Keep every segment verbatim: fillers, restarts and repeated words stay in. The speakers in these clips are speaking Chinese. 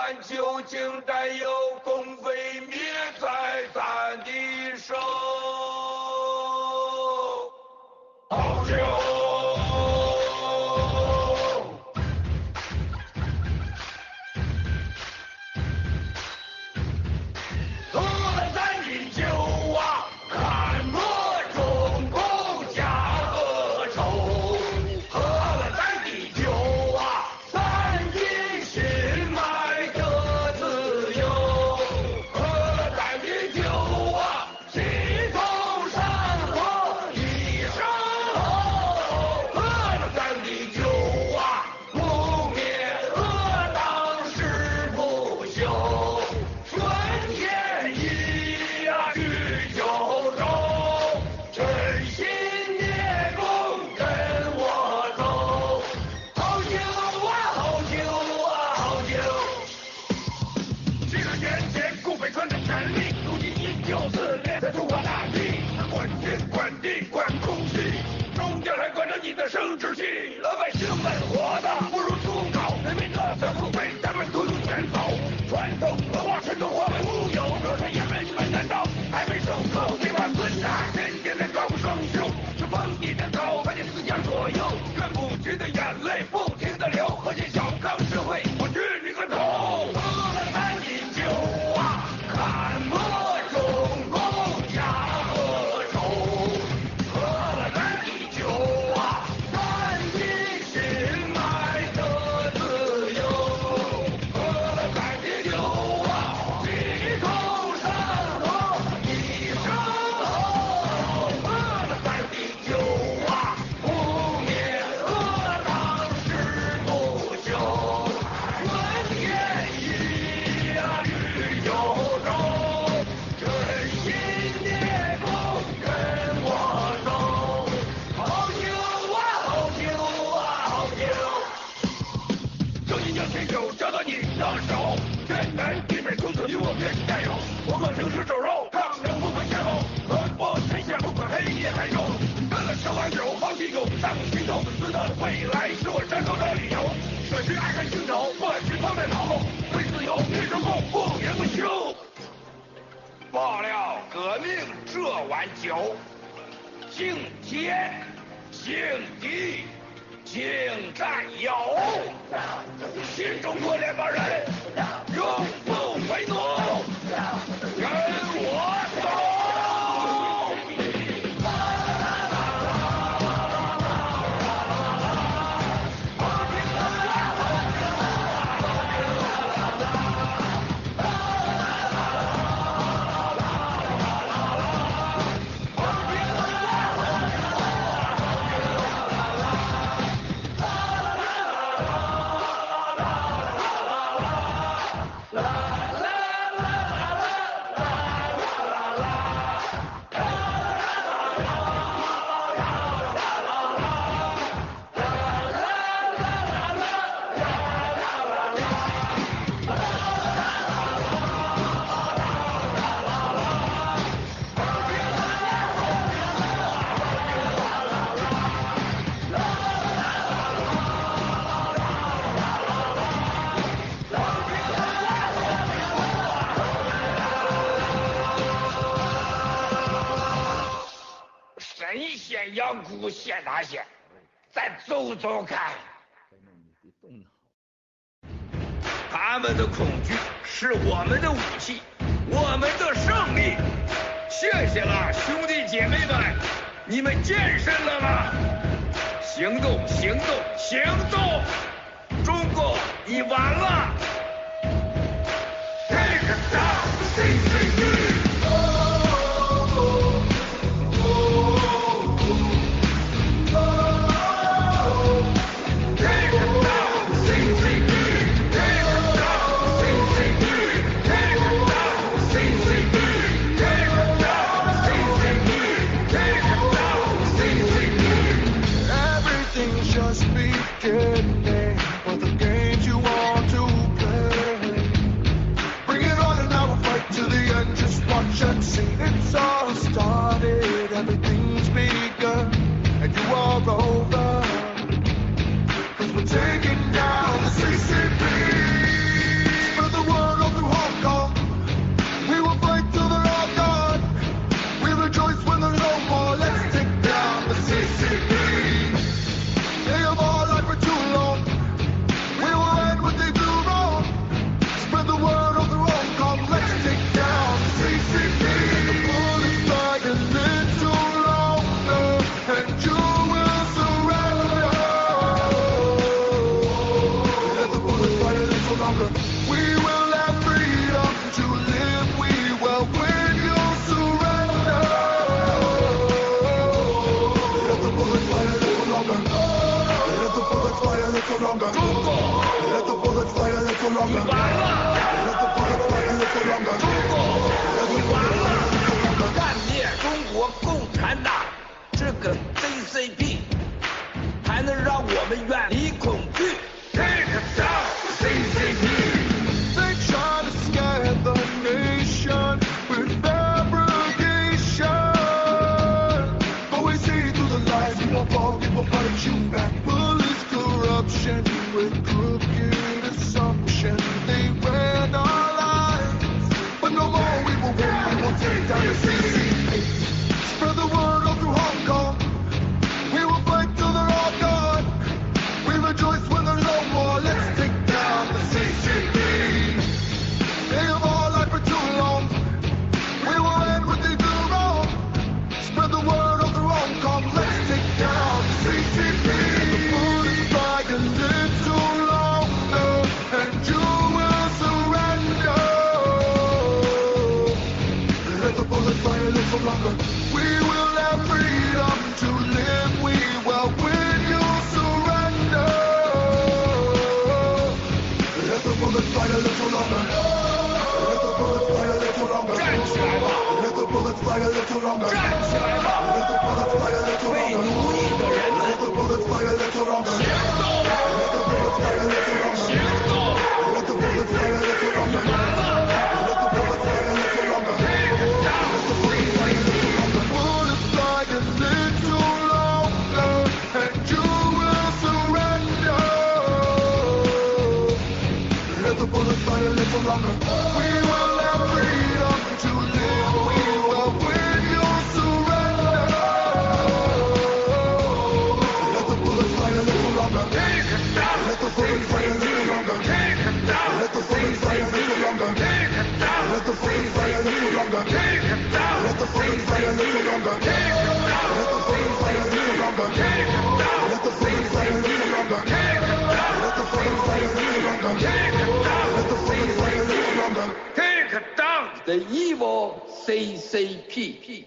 咱究竟带有共毁灭在咱的手。好酒。喝了咱的酒啊，看破中共假恶丑。喝了咱的酒啊，咱的心脉得自由。喝了咱的酒啊，心头山河一声吼。喝了咱的酒啊，不灭恶党誓不休。春天一呀去九州，真心烈公跟我走。好酒啊好酒啊好酒，几十年前共匪传统权力，如今依旧肆虐在中华大地。管天管地管空气，中间还管着你的生殖器。老百姓们活的不如土狗，人民的财富被咱们统统卷走。传统文化传统化为乌有，惹上爷们你们难道还没受够？这帮孙子天天在装双袖，这封你的口把你思想左右，看不尽的眼泪不停的流，和谐小康社会我去你个头！喝了咱的酒啊，看破中共假恶丑。喝了咱的酒啊，咱的心脉得自由。喝了咱的酒啊，心头山河一声吼。喝了咱的酒啊，不灭恶党誓不休。春天一呀去九州，真心烈公跟我走。好酒啊好酒啊好酒，正义将亲手交到你的手，天南地北从此与我别带有。我们行尸走肉，抗争不分先后，和我天下不管黑夜白昼。干了十碗酒，好啤酒上心头，死的未来是我战斗的理由。舍去爱恨情仇，不去放在脑后，为自由与中共不言不休。报了革命这碗酒，敬天敬地敬战友，新中国联邦人永不为奴，跟我走。神仙养蛊现哪些？咱走走看。他们的恐惧是我们的武器，我们的胜利。谢谢了，兄弟姐妹们，你们健身了吗？行动，行动，行动！中国，你完了！ Take it down, C C P。 For the games you want to play, bring it on and I will fight to the end. Just C P. They have all lied for too long. We will end what they do wrong. Spread the word of their own. Come, let's take down the C C P. The bullets fly a little longer, and you will surrender. Let the bullets fly a little longer. We will have freedom to live. We will win. You'll surrender. Let the bullets fly a little longer. Let the bullets fly a little longer. Let the bullets fly a little longer. Let the bullets fly a little longer. Let the bullets fly a little longer. 干灭中国共产党这个 C C P， 才能让我们远离恐惧。Take down C C P。 They try to scare the nation with fabrication, but we see through the lies. We won't fall, we will fight you back. Police corruption with crooked assumption. They ran our lives, but no more. We will win. We will take down the C C P. Spread the word all through Hong Kong. We will fight till they're all gone. We rejoice when there's no more. Let's take down the C C P. They have all lied for too long. We will end what they do wrong. Spread the word of their own. Come, let's take down the C C P. The bullets fly a little longer, and you will surrender. Let the bullets fly a little longer. We will have freedom to live. We will win. You'll surrender. Let the bullets fly a little longer. Let the bullets fly a little longer. Let the bullets fly a little longer. Let the bullets fly a little longer. Let the bullets fly a little longer. Let the bullets fly a little longer. Let the bullets fly a little longer. Let the bullets fly a little longer. Let the bullets fly a little longer. Bullets fly a little longer, and you will surrender. Let the bullets fly a little longer. We will have freedom to live. We will win. You'll surrender. Let the bullets fly a little longer. Let the bullets fly a little longer. Let the bullets fly a little longer. Let the bullets fly a little longer. Let the bullets fly a little longer. Let the bullets fly a little longer. Let the bullets fly a little longer. Let the bullets fly a little longer. Let the bullets fly a little longer. Take down the evil C C P。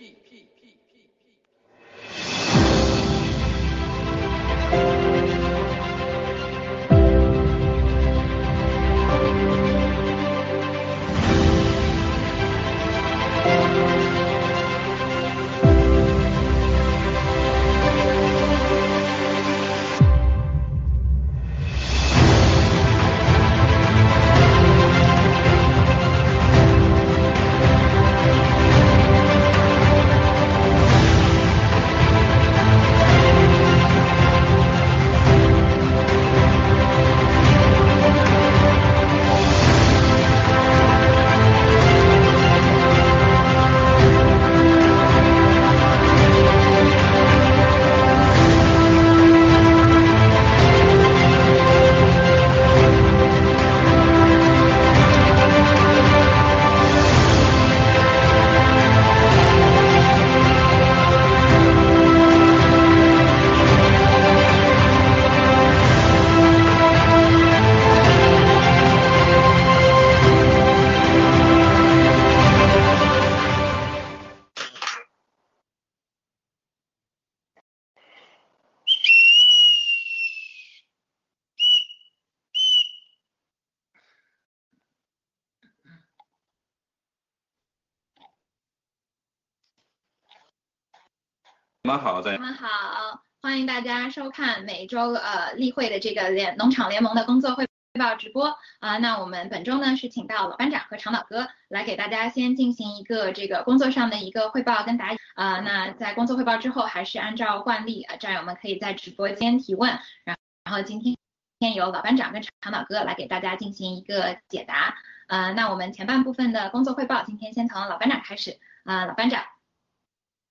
你们好，在你们好，欢迎大家收看每周呃例会的这个联农场联盟的工作汇报直播啊、呃。那我们本周呢是请到老班长和长岛哥来给大家先进行一个这个工作上的一个汇报跟答疑啊、呃。那在工作汇报之后，还是按照惯例啊、呃，战友们可以在直播间提问，然后然后今天今天由老班长跟长岛哥来给大家进行一个解答。呃，那我们前半部分的工作汇报，今天先从老班长开始啊、呃，老班长。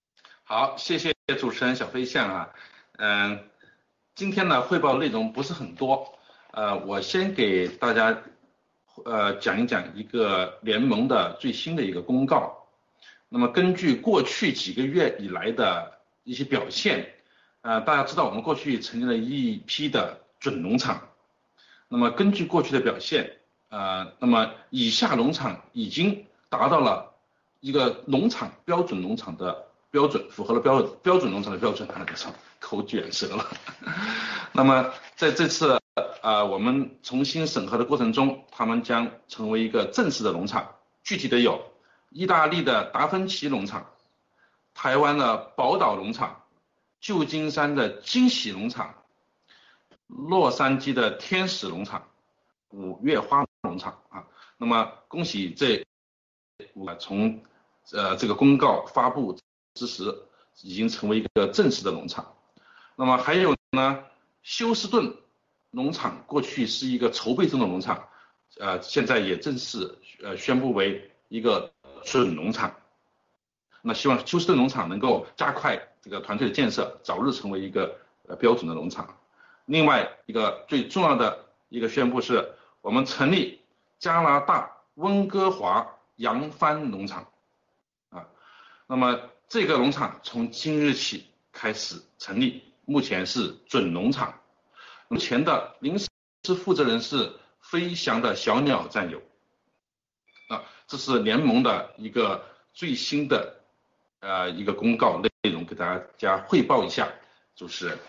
好，谢谢主持人小飞象啊。嗯，今天呢汇报内容不是很多，呃，我先给大家呃讲一讲一个联盟的最新的一个公告。那么根据过去几个月以来的一些表现，呃，大家知道我们过去成立了一批的准农场。那么根据过去的表现，呃，那么以下农场已经达到了一个农场标准农场的标准，符合了标标准农场的标准，那个操，口卷舌了。那么在这次呃我们重新审核的过程中，他们将成为一个正式的农场，具体的有意大利的达芬奇农场、台湾的宝岛农场、旧金山的惊喜农场、洛杉矶的天使农场、五月花农场啊。那么恭喜这五个从呃这个公告发布之时已经成为一个正式的农场。那么还有呢，休斯顿农场过去是一个筹备中的农场，呃现在也正式呃宣布为一个准农场。那希望休斯顿农场能够加快这个团队的建设，早日成为一个呃标准的农场。另外一个最重要的一个宣布是，我们成立加拿大温哥华扬帆农场啊。那么这个农场从今日起开始成立，目前是准农场。目前的临时负责人是飞翔的小鸟战友啊。这是联盟的一个最新的呃一个公告内容，给大家汇报一下，主持人。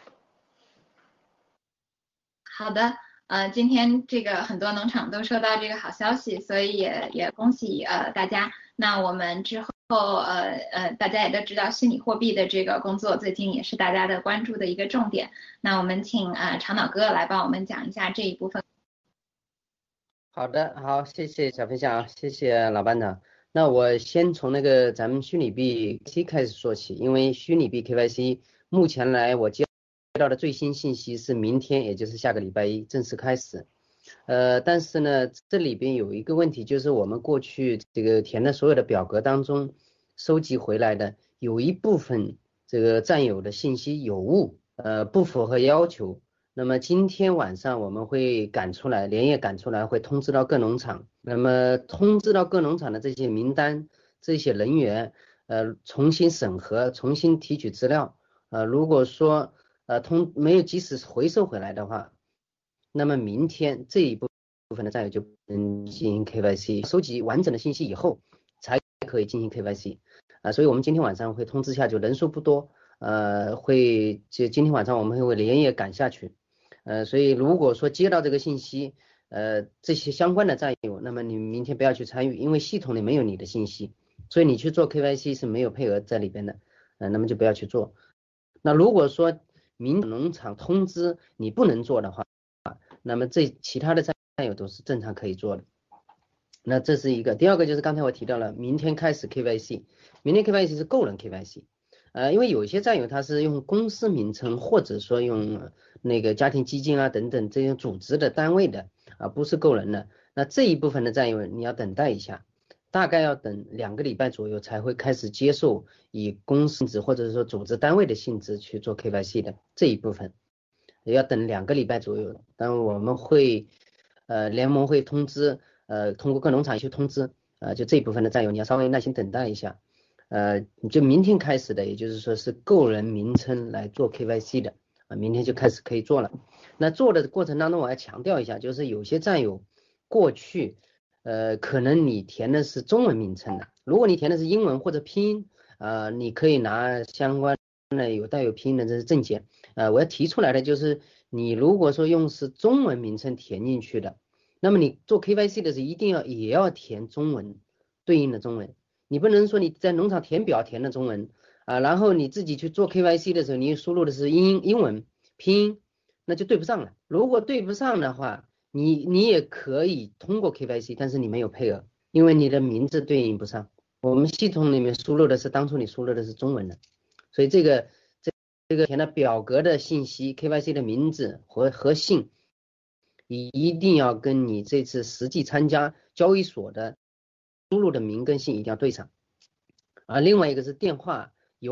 好的，呃，今天这个很多农场都收到这个好消息，所以也也恭喜呃大家。那我们之后呃呃大家也都知道，虚拟货币的这个工作最近也是大家的关注的一个重点。那我们请呃长脑哥来帮我们讲一下这一部分。 好的，好，谢谢小飞象，谢谢老班长。那我先从那个咱们虚拟币 K Y C 开始说起，因为虚拟币 K Y C 目前来我接到的最新信息是明天，也就是下个礼拜一正式开始。呃，但是呢，这里边有一个问题，就是我们过去这个填的所有的表格当中收集回来的有一部分这个占有的信息有误，呃，不符合要求。那么今天晚上我们会赶出来，连夜赶出来，会通知到各农场。那么通知到各农场的这些名单，这些人员，呃，重新审核，重新提取资料。呃，如果说呃通没有及时回收回来的话，那么明天这一部分的占有就能进行 K Y C， 收集完整的信息以后才可以进行 K Y C。啊，所以我们今天晚上会通知下，就人数不多，呃，会就今天晚上我们会连夜赶下去。呃，所以如果说接到这个信息，呃，这些相关的占有，那么你明天不要去参与，因为系统里没有你的信息，所以你去做 K Y C 是没有配额在里边的，呃，那么就不要去做。那如果说民农场通知你不能做的话，那么这其他的占有都是正常可以做的。那这是一个。第二个就是刚才我提到了，明天开始 K Y C， 明天 K Y C 是个人 K Y C。呃，因为有些占有它是用公司名称，或者说用那个家庭基金啊等等这种组织的单位的啊，不是个人的。那这一部分的占有你要等待一下，大概要等两个礼拜左右才会开始接受以公司性质或者说组织单位的性质去做 K Y C 的这一部分，也要等两个礼拜左右。但我们会呃联盟会通知，呃通过各农场去通知，呃就这一部分的占有你要稍微耐心等待一下。呃，就明天开始的，也就是说是个人名称来做 K Y C 的啊，明天就开始可以做了。那做的过程当中，我要强调一下，就是有些占有过去，呃，可能你填的是中文名称的，如果你填的是英文或者拼音，呃，你可以拿相关的有带有拼音的这是证件。呃，我要提出来的就是，你如果说用是中文名称填进去的，那么你做 K Y C 的时候一定要也要填中文对应的中文。你不能说你在农场填表填的中文啊，然后你自己去做 K Y C 的时候，你输入的是英英文拼音，那就对不上了。如果对不上的话，你你也可以通过 K Y C， 但是你没有配额，因为你的名字对应不上。我们系统里面输入的是当初你输入的是中文的，所以这个这这个填的表格的信息 K Y C 的名字和和姓，一定要跟你这次实际参加交易所的输入的名跟姓一定要对上，啊，另外一个是电话、邮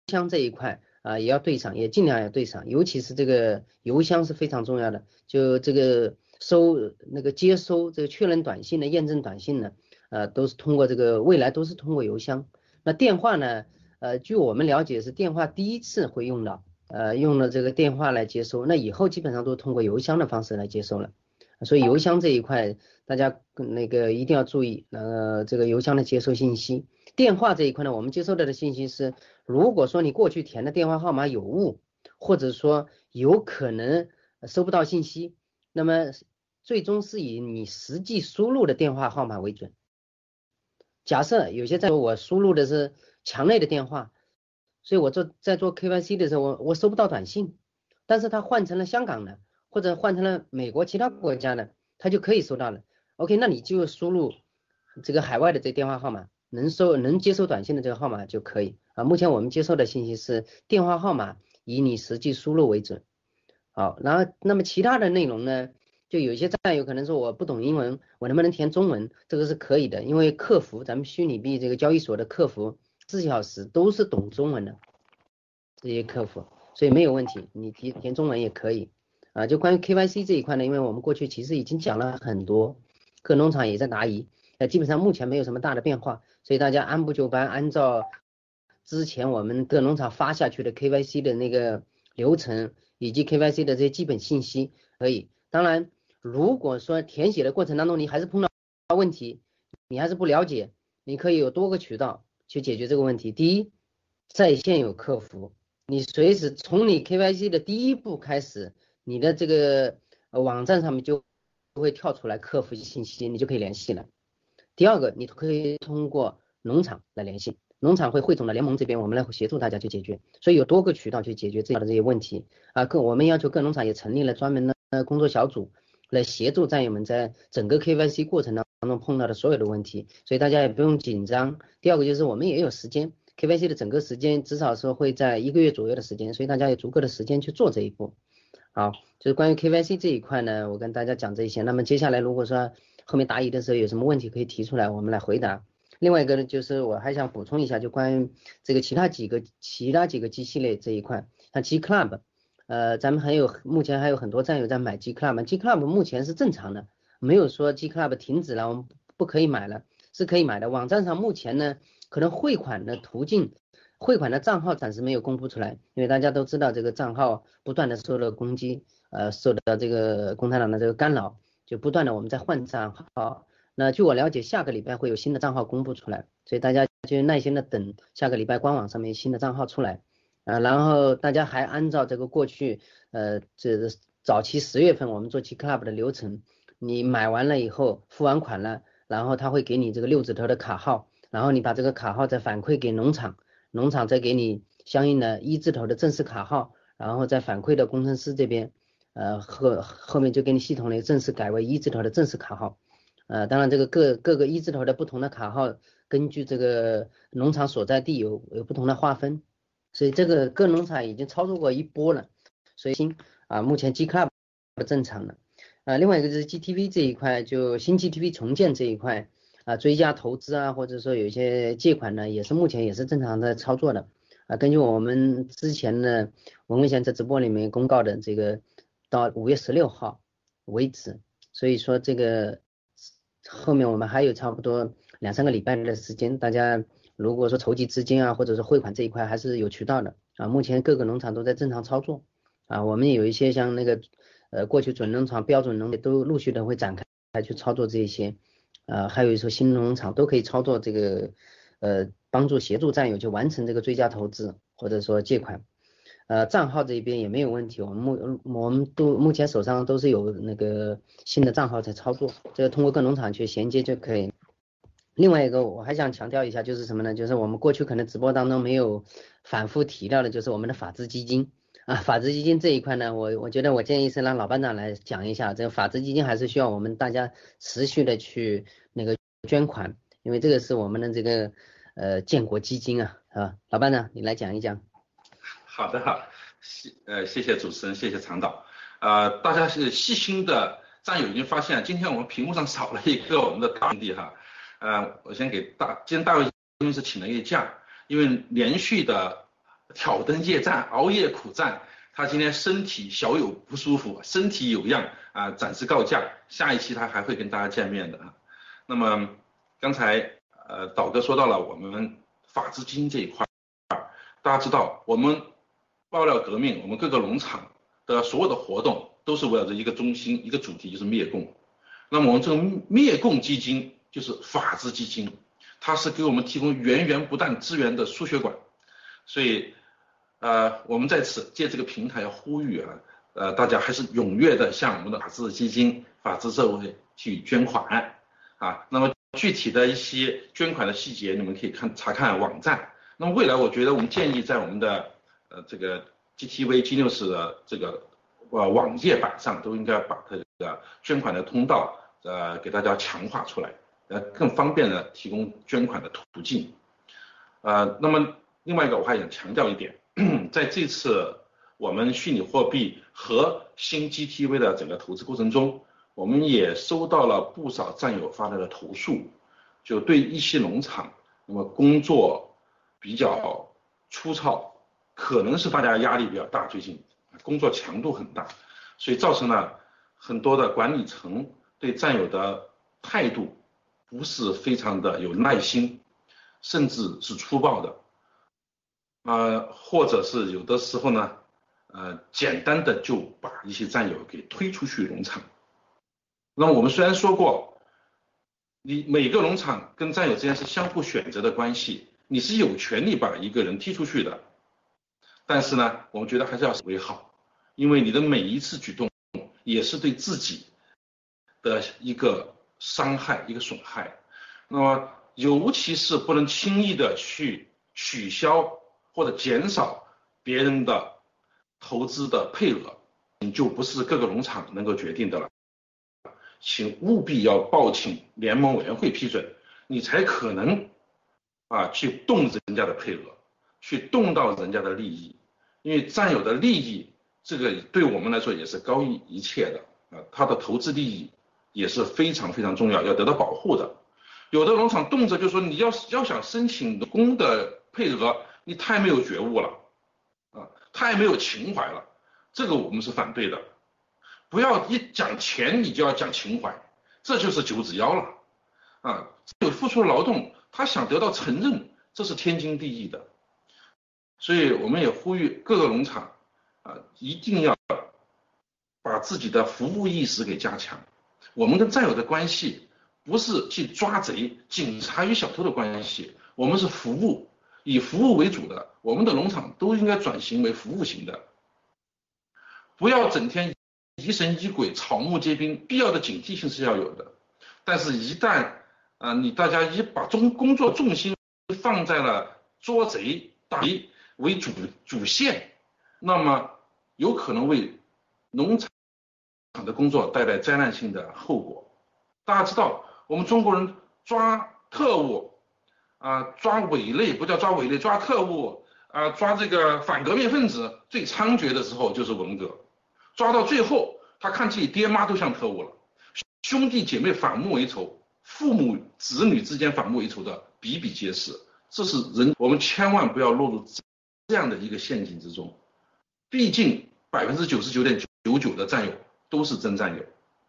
箱这一块啊、呃、也要对上，也尽量要对上，尤其是这个邮箱是非常重要的。就这个收那个接收这个确认短信的、验证短信呢，呃，都是通过这个未来都是通过邮箱。那电话呢，呃，据我们了解是电话第一次会用到，呃，用了这个电话来接收，那以后基本上都通过邮箱的方式来接收了。所以邮箱这一块大家那个一定要注意，呃，这个邮箱的接收信息。电话这一块呢，我们接收到的信息是，如果说你过去填的电话号码有误，或者说有可能收不到信息，那么最终是以你实际输入的电话号码为准。假设有些在我输入的是墙内的电话，所以我做在做 K Y C 的时候，我我收不到短信，但是它换成了香港的，或者换成了美国其他国家的，它就可以收到了。OK， 那你就输入这个海外的这个电话号码，能收能接收短信的这个号码就可以啊。目前我们接收的信息是电话号码以你实际输入为准。好，然后那么其他的内容呢，就有些战友可能说我不懂英文，我能不能填中文？这个是可以的，因为客服咱们虚拟币这个交易所的客服四小时都是懂中文的这些客服，所以没有问题，你填填中文也可以啊。就关于 K Y C 这一块呢，因为我们过去其实已经讲了很多，各农场也在答疑，呃，基本上目前没有什么大的变化，所以大家按部就班，按照之前我们各农场发下去的 K Y C 的那个流程以及 K Y C 的这些基本信息可以。当然，如果说填写的过程当中你还是碰到问题，你还是不了解，你可以有多个渠道去解决这个问题。第一，在线有客服，你随时从你 K Y C 的第一步开始，你的这个网站上面就会跳出来客服信息，你就可以联系了。第二个，你可以通过农场来联系，农场会汇总的联盟这边，我们来协助大家去解决，所以有多个渠道去解决这样的这些问题啊。各我们要求各农场也成立了专门的工作小组，来协助战友们在整个 K Y C 过程当中碰到的所有的问题，所以大家也不用紧张。第二个就是我们也有时间 ，K Y C 的整个时间至少说会在一个月左右的时间，所以大家有足够的时间去做这一步。好，就是关于 K Y C 这一块呢，我跟大家讲这些。那么接下来如果说后面答疑的时候有什么问题可以提出来，我们来回答。另外一个呢，就是我还想补充一下，就关于这个其他几个其他几个G系列这一块，像 G Club， 呃，咱们还有目前还有很多战友在买 G Club，G Club 目前是正常的，没有说 G Club 停止了，我们不可以买了，是可以买的。网站上目前呢，可能汇款的途径、汇款的账号暂时没有公布出来，因为大家都知道这个账号不断的受到攻击，呃，受到这个共产党的这个干扰，就不断的我们在换账号。那据我了解，下个礼拜会有新的账号公布出来，所以大家就耐心的等下个礼拜官网上面新的账号出来，啊，然后大家还按照这个过去呃这早期十月份我们做 G Club 的流程，你买完了以后付完款了，然后他会给你这个六字头的卡号，然后你把这个卡号再反馈给农场，农场再给你相应的一字头的正式卡号，然后再反馈到工程师这边，呃后后面就给你系统里正式改为一字头的正式卡号。呃，当然这个各各个一字头的不同的卡号，根据这个农场所在地有有不同的划分，所以这个各农场已经操作过一波了，所以新啊目前 G Club 正常的，啊另外一个就是 G T V 这一块，就新 G T V 重建这一块啊追加投资啊，或者说有一些借款呢，也是目前也是正常的操作的啊。根据我们之前呢文文贤在直播里面公告的这个，到五月十六号为止，所以说这个。后面我们还有差不多两三个礼拜的时间，大家如果说筹集资金啊，或者是汇款这一块还是有渠道的啊。目前各个农场都在正常操作啊，我们有一些像那个呃过去准农场、标准农场都陆续的会展开去操作这一些，呃还有一些新农场都可以操作这个呃帮助协助战友去完成这个追加投资或者说借款。呃，账号这边也没有问题，我们目我们都目前手上都是有那个新的账号在操作，这个通过各农场去衔接就可以。另外一个我还想强调一下，就是什么呢？就是我们过去可能直播当中没有反复提到的，就是我们的法治基金啊，法治基金这一块呢，我我觉得我建议是让老班长来讲一下，这个法治基金还是需要我们大家持续的去那个捐款，因为这个是我们的这个呃建国基金啊，啊，老班长你来讲一讲。 好的，好，谢呃谢谢主持人，谢谢常导。呃，大家是细心的战友已经发现，今天我们屏幕上少了一个我们的大兄弟哈。呃，我先给大，今天大卫因为是请了一个假，因为连续的挑灯夜战、熬夜苦战，他今天身体小有不舒服，身体有恙啊，暂时告假，下一期他还会跟大家见面的啊。那么刚才呃导哥说到了我们法治基金这一块，大家知道我们爆料革命，我们各个农场的所有的活动都是围绕着一个中心、一个主题，就是灭共。那么我们这个灭共基金就是法治基金，它是给我们提供源源不断资源的输血管。所以呃我们在此借这个平台呼吁啊，呃大家还是踊跃的向我们的法治基金、法治社会去捐款啊。那么具体的一些捐款的细节，你们可以看查看网站。那么未来我觉得我们建议在我们的呃这个 G T V G News 的这个呃网页版上都应该把这个捐款的通道呃给大家强化出来，呃更方便的提供捐款的途径。呃那么另外一个我还想强调一点，在这次我们虚拟货币和新 G T V 的整个投资过程中，我们也收到了不少战友发来的投诉，就对一些农场那么工作比较粗糙，可能是大家压力比较大，最近工作强度很大，所以造成了很多的管理层对战友的态度不是非常的有耐心，甚至是粗暴的，呃，或者是有的时候呢，呃，简单的就把一些战友给推出去农场。那么我们虽然说过，你每个农场跟战友之间是相互选择的关系，你是有权利把一个人踢出去的，但是呢，我们觉得还是要为好，因为你的每一次举动也是对自己的一个伤害、一个损害。那么，尤其是不能轻易的去取消或者减少别人的投资的配额，你就不是各个农场能够决定的了。请务必要报请联盟委员会批准，你才可能啊去动人家的配额，去动到人家的利益，因为战友的利益，这个对我们来说也是高于一切的啊，他的投资利益也是非常非常重要，要得到保护的。有的农场动辄就说你要要想申请公的配额，你太没有觉悟了啊，太没有情怀了，这个我们是反对的。不要一讲钱你就要讲情怀，这就是九指妖了啊！有付出劳动，他想得到承认，这是天经地义的。所以我们也呼吁各个农场啊，一定要把自己的服务意识给加强。我们跟战友的关系不是去抓贼、警察与小偷的关系，我们是服务，以服务为主的。我们的农场都应该转型为服务型的，不要整天疑神疑鬼、草木皆兵，必要的警惕性是要有的，但是一旦啊、呃、你大家一把中工作重心放在了捉贼打贼为主主线，那么有可能为农场的工作带来灾难性的后果。大家知道，我们中国人抓特务啊、呃，抓伪类不叫抓伪类，抓特务啊、呃，抓这个反革命分子最猖獗的时候就是文革。抓到最后，他看自己爹妈都像特务了，兄弟姐妹反目为仇，父母子女之间反目为仇的比比皆是。这是人，我们千万不要落入这样的一个陷阱之中。毕竟百分之九十九点九九的战友都是真战友，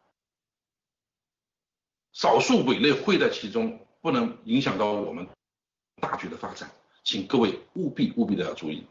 少数伪类会在其中，不能影响到我们大局的发展，请各位务必务必的要注意。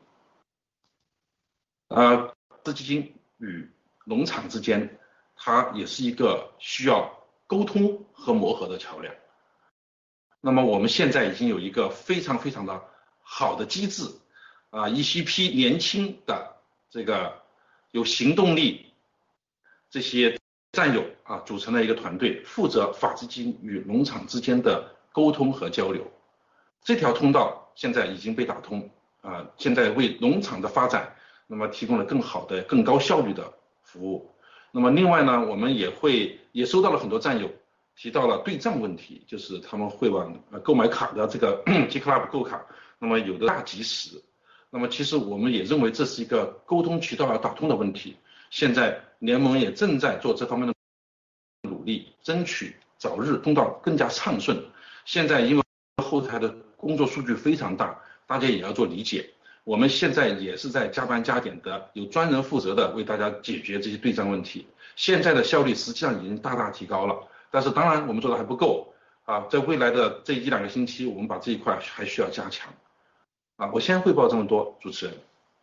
呃，这基金与农场之间，它也是一个需要沟通和磨合的桥梁。那么我们现在已经有一个非常非常的好的机制，啊，一批年轻的这个有行动力这些战友啊，组成了一个团队，负责法治基金与农场之间的沟通和交流。这条通道现在已经被打通啊，现在为农场的发展那么提供了更好的、更高效率的服务。那么另外呢，我们也会也收到了很多战友提到了对账问题，就是他们会往呃购买卡的这个 G Club 购卡，那么有的大及时。那么其实我们也认为这是一个沟通渠道要打通的问题。现在联盟也正在做这方面的努力，争取早日通道更加畅顺。现在因为后台的工作数据非常大，大家也要做理解。 我们现在也是在加班加点的，有专人负责的为大家解决这些对账问题。现在的效率实际上已经大大提高了，但是当然我们做的还不够啊，在未来的这一两个星期，我们把这一块还需要加强啊。我先汇报这么多，主持人。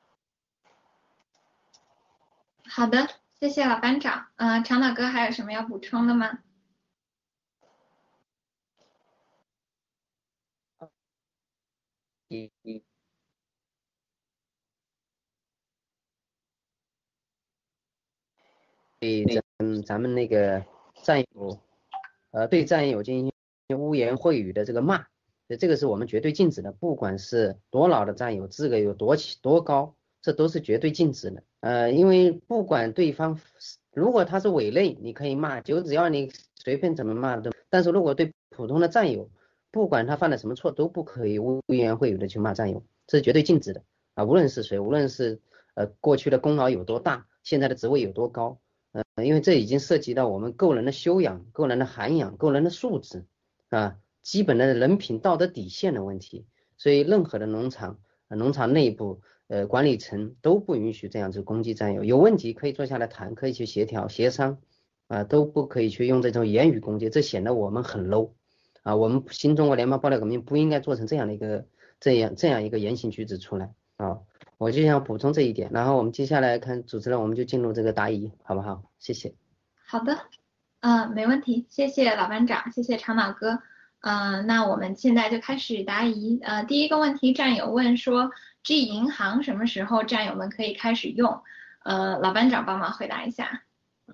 好的，谢谢老班长。呃，长岛哥还有什么要补充的吗？ 嗯嗯。对，咱咱们那个战友，呃，对战友进行污言秽语的这个骂，这个是我们绝对禁止的，不管是多老的战友，资格有多起多高，这都是绝对禁止的。呃，因为不管对方，如果他是伪类，你可以骂，就只要你随便怎么骂都，但是如果对普通的战友，不管他犯了什么错，都不可以污言秽语的去骂战友，这是绝对禁止的啊！无论是谁，无论是呃过去的功劳有多大，现在的职位有多高。呃，因为这已经涉及到我们个人的修养、个人的涵养、个人的素质啊，基本的人品道德底线的问题，所以任何的农场、呃、农场内部呃管理层都不允许这样子攻击战友，有问题可以坐下来谈，可以去协调协商啊，都不可以去用这种言语攻击，这显得我们很 low 啊，我们新中国联邦爆料革命不应该做成这样的一个这样这样一个言行举止出来啊。我就想补充这一点，然后我们接下来看主持人，我们就进入这个答疑，好不好？谢谢。 好的，嗯、呃，没问题，谢谢老班长，谢谢长岛哥。嗯、呃，那我们现在就开始答疑。呃，第一个问题，战友问说 ，G 银行什么时候战友们可以开始用？呃，老班长帮忙回答一下。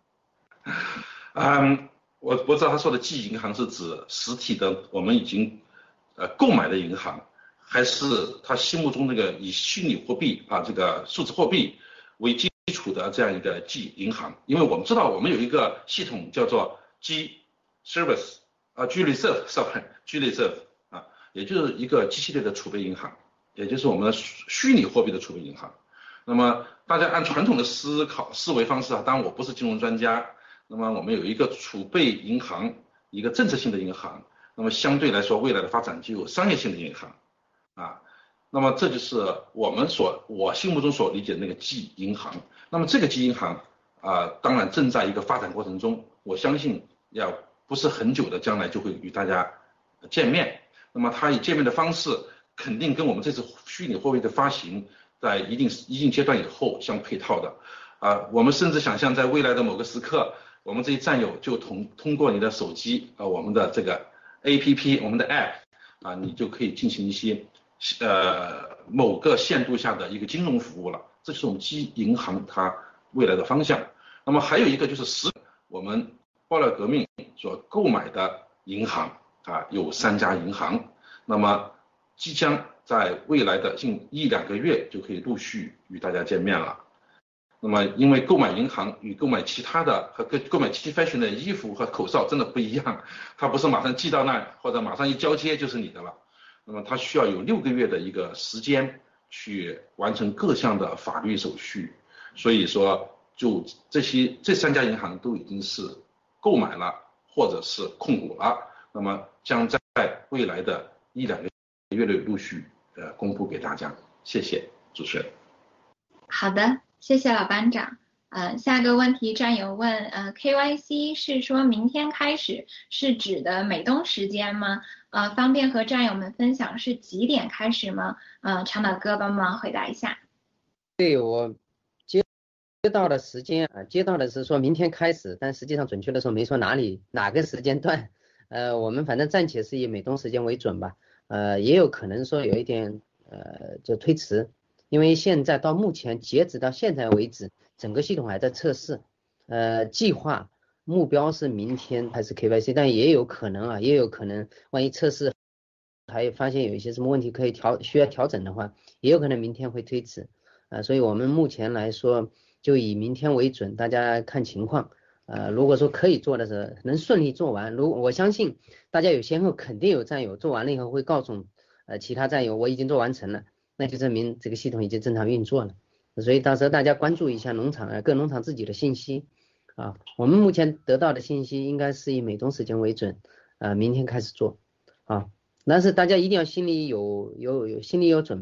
嗯，我我知道他说的 G 银行是指实体的，我们已经呃购买的银行。还是他心目中那个以虚拟货币啊，这个数字货币为基础的这样一个 G 银行，因为我们知道我们有一个系统叫做 G Service 啊 G Reserve sorry G Reserve 啊，也就是一个机器类的储备银行，也就是我们的虚拟货币的储备银行。那么大家按传统的思考思维方式啊，当然我不是金融专家，那么我们有一个储备银行，一个政策性的银行，那么相对来说未来的发展就有商业性的银行。啊，那么这就是我们所我心目中所理解的那个 G 银行。那么这个 G 银行啊、呃，当然正在一个发展过程中，我相信要不是很久的将来就会与大家见面。那么它以见面的方式，肯定跟我们这次虚拟货币的发行在一定一定阶段以后相配套的。啊、呃，我们甚至想象在未来的某个时刻，我们这些战友就通通过你的手机啊、呃，我们的这个 A P P， 我们的 App 啊、呃，你就可以进行一些。呃，某个限度下的一个金融服务了，这就是我们基银行它未来的方向。那么还有一个就是实我们爆料革命所购买的银行啊，有三家银行，那么即将在未来的近一两个月就可以陆续与大家见面了。那么因为购买银行与购买其他的和购买 T fashion 的衣服和口罩真的不一样，它不是马上寄到那或者马上一交接就是你的了。那么它需要有六个月的一个时间去完成各项的法律手续，所以说就这些这三家银行都已经是购买了或者是控股了，那么将在未来的一两个月内陆续呃公布给大家。谢谢主持人。 好的，谢谢老班长。呃，下个问题战友问，呃 ，K Y C 是说明天开始，是指的美东时间吗？呃，方便和战友们分享是几点开始吗？呃，长岛哥帮忙回答一下。 对，我接接到的时间啊，接到的是说明天开始，但实际上准确的说没说哪里哪个时间段。呃，我们反正暂且是以美东时间为准吧。呃，也有可能说有一点呃就推迟，因为现在到目前截止到现在为止，整个系统还在测试。呃，计划目标是明天还是 K Y C， 但也有可能啊，也有可能万一测试还发现有一些什么问题可以调需要调整的话，也有可能明天会推迟。呃，所以我们目前来说就以明天为准，大家看情况。呃，如果说可以做的是能顺利做完，如我相信大家有先后，肯定有战友做完了以后会告诉呃其他战友我已经做完成了，那就证明这个系统已经正常运作了。所以到时候大家关注一下农场啊，各农场自己的信息啊。我们目前得到的信息应该是以美东时间为准，呃，明天开始做啊。但是大家一定要心里有有有心里有准备，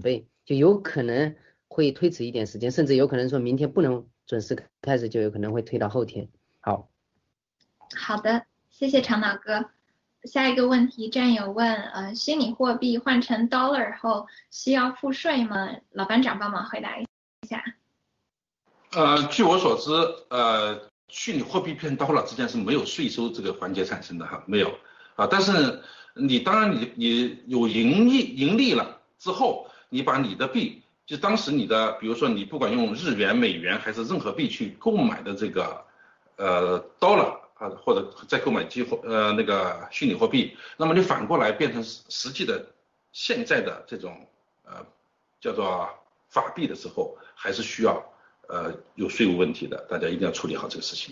就有可能会推迟一点时间，甚至有可能说明天不能准时开始，就有可能会推到后天。好， 好的，谢谢长岛哥。下一个问题，战友问，呃，虚拟货币换成 dollar 后需要付税吗？老班长帮忙回答一下。 呃，据我所知，呃，虚拟货币变 dollar 之间是没有税收这个环节产生的哈，没有啊。但是你当然你你有盈利盈利了之后，你把你的币，就当时你的，比如说你不管用日元、美元还是任何币去购买的这个呃 dollar 啊，或者再购买机货呃那个虚拟货币，那么你反过来变成实际的现在的这种呃叫做法币的时候，还是需要呃有税务问题的，大家一定要处理好这个事情。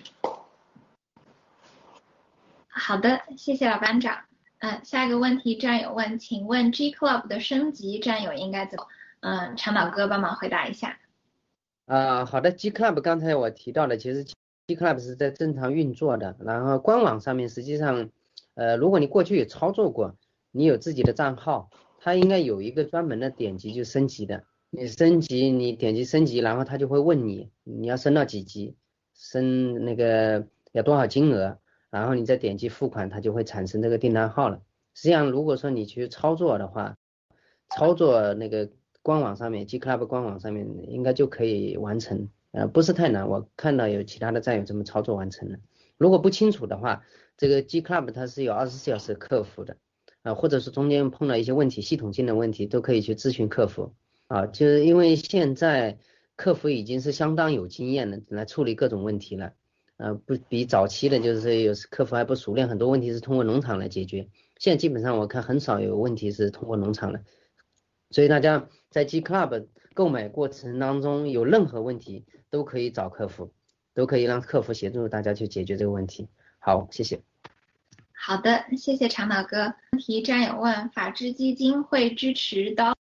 好的，谢谢老班长。嗯，下一个问题，战友问，请问 G Club 的升级，战友应该怎么？嗯，长岛哥帮忙回答一下。 啊、呃，好的 ，G Club 刚才我提到的，其实 G Club 是在正常运作的，然后官网上面实际上，呃，如果你过去有操作过，你有自己的账号，它应该有一个专门的点击就升级的，你升级，你点击升级，然后它就会问你你要升到几级，升那个要多少金额，然后你再点击付款，它就会产生这个订单号了。实际上，如果说你去操作的话，操作那个官网上面 G Club 官网上面应该就可以完成，呃，不是太难，我看到有其他的战友这么操作完成了。如果不清楚的话，这个 G Club 它是有二十四小时客服的，啊、呃，或者是中间碰到一些问题，系统性的问题都可以去咨询客服，啊，就是因为现在客服已经是相当有经验的来处理各种问题了，呃，不比早期的就是有时客服还不熟练，很多问题是通过农场来解决，现在基本上我看很少有问题是通过农场的。所以大家在 G Club 购买过程当中有任何问题都可以找客服，都可以让客服协助大家去解决这个问题。好，谢谢。 好的，谢谢长岛哥。问题战友问，法治基金会支持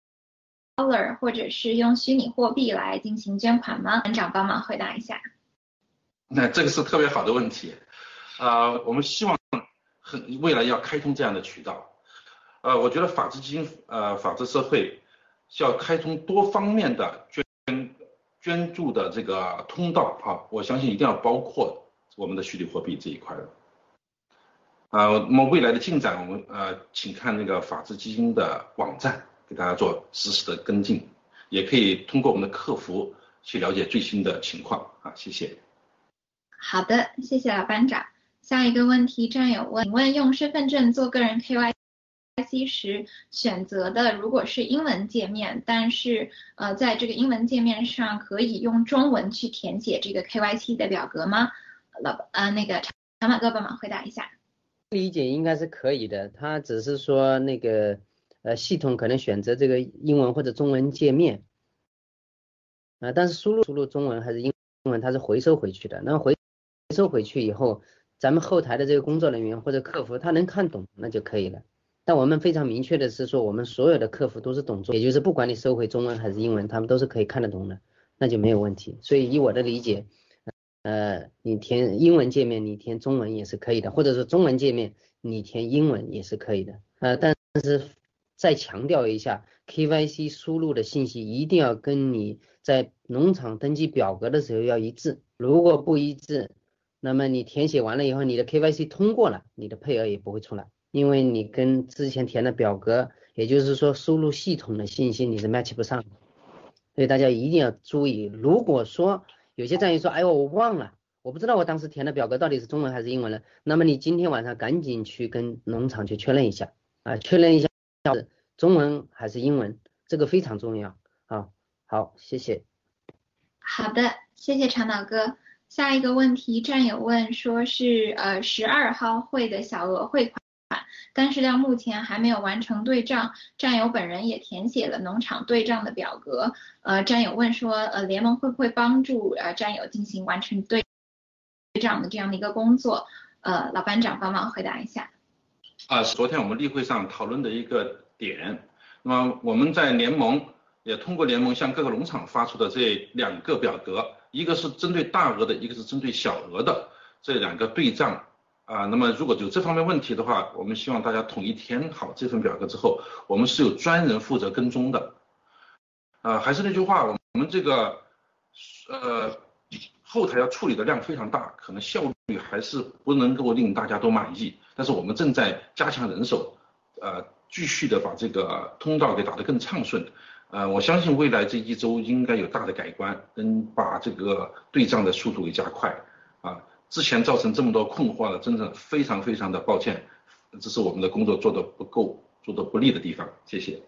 dollar 或者是用虚拟货币来进行捐款吗？班长帮忙回答一下。 那这个是特别好的问题，啊、呃，我们希望很未来要开通这样的渠道。呃，我觉得法治基金，呃，法治社会需要开通多方面的捐捐助的这个通道啊，我相信一定要包括我们的虚拟货币这一块的。啊、呃，那么未来的进展，我们呃，请看那个法治基金的网站，给大家做实时的跟进，也可以通过我们的客服去了解最新的情况啊，谢谢。 好的，谢谢老班长。下一个问题，战友问，请问用身份证做个人 K Y C 时选择的如果是英文界面，但是呃在这个英文界面上可以用中文去填写这个 K Y C 的表格吗？老呃那个长马哥帮忙回答一下。 理解应该是可以的，它只是说那个呃系统可能选择这个英文或者中文界面，啊、呃，但是输入输入中文还是英文，它是回收回去的。那回收回去以后，咱们后台的这个工作人员或者客服他能看懂，那就可以了。但我们非常明确的是说，我们所有的客服都是懂中，也就是不管你收回中文还是英文，他们都是可以看得懂的，那就没有问题。所以以我的理解，呃，你填英文界面，你填中文也是可以的，或者说中文界面你填英文也是可以的。呃，但是再强调一下 ，K Y C 输入的信息一定要跟你在农场登记表格的时候要一致，如果不一致，那么你填写完了以后，你的 K Y C 通过了，你的配额也不会出来。因为你跟之前填的表格，也就是说输入系统的信息你是 match 不上的，所以大家一定要注意。如果说有些战友说，哎呦我忘了，我不知道我当时填的表格到底是中文还是英文了，那么你今天晚上赶紧去跟农场去确认一下啊，确认一下中文还是英文，这个非常重要啊。好，谢谢。 好的，谢谢长岛哥。下一个问题，战友问说是呃十二号汇的小额汇款，但是到目前还没有完成对账，战友本人也填写了农场对账的表格。呃，战友问说，呃，联盟会不会帮助呃战友进行完成对账的这样的一个工作？呃，老班长帮忙回答一下。 啊，昨天我们例会上讨论的一个点，那么我们在联盟也通过联盟向各个农场发出的这两个表格，一个是针对大额的，一个是针对小额的，这两个对账。啊，那么如果有这方面问题的话，我们希望大家统一填好这份表格之后，我们是有专人负责跟踪的。 呃，还是那句话，我们这个呃后台要处理的量非常大，可能效率还是不能够令大家都满意。但是我们正在加强人手，呃，继续的把这个通道给打得更畅顺。呃，我相信未来这一周应该有大的改观，能把这个对账的速度给加快。啊，之前造成这么多困惑了，真的非常非常的抱歉，这是我们的工作做得不够、做得不利的地方。谢谢。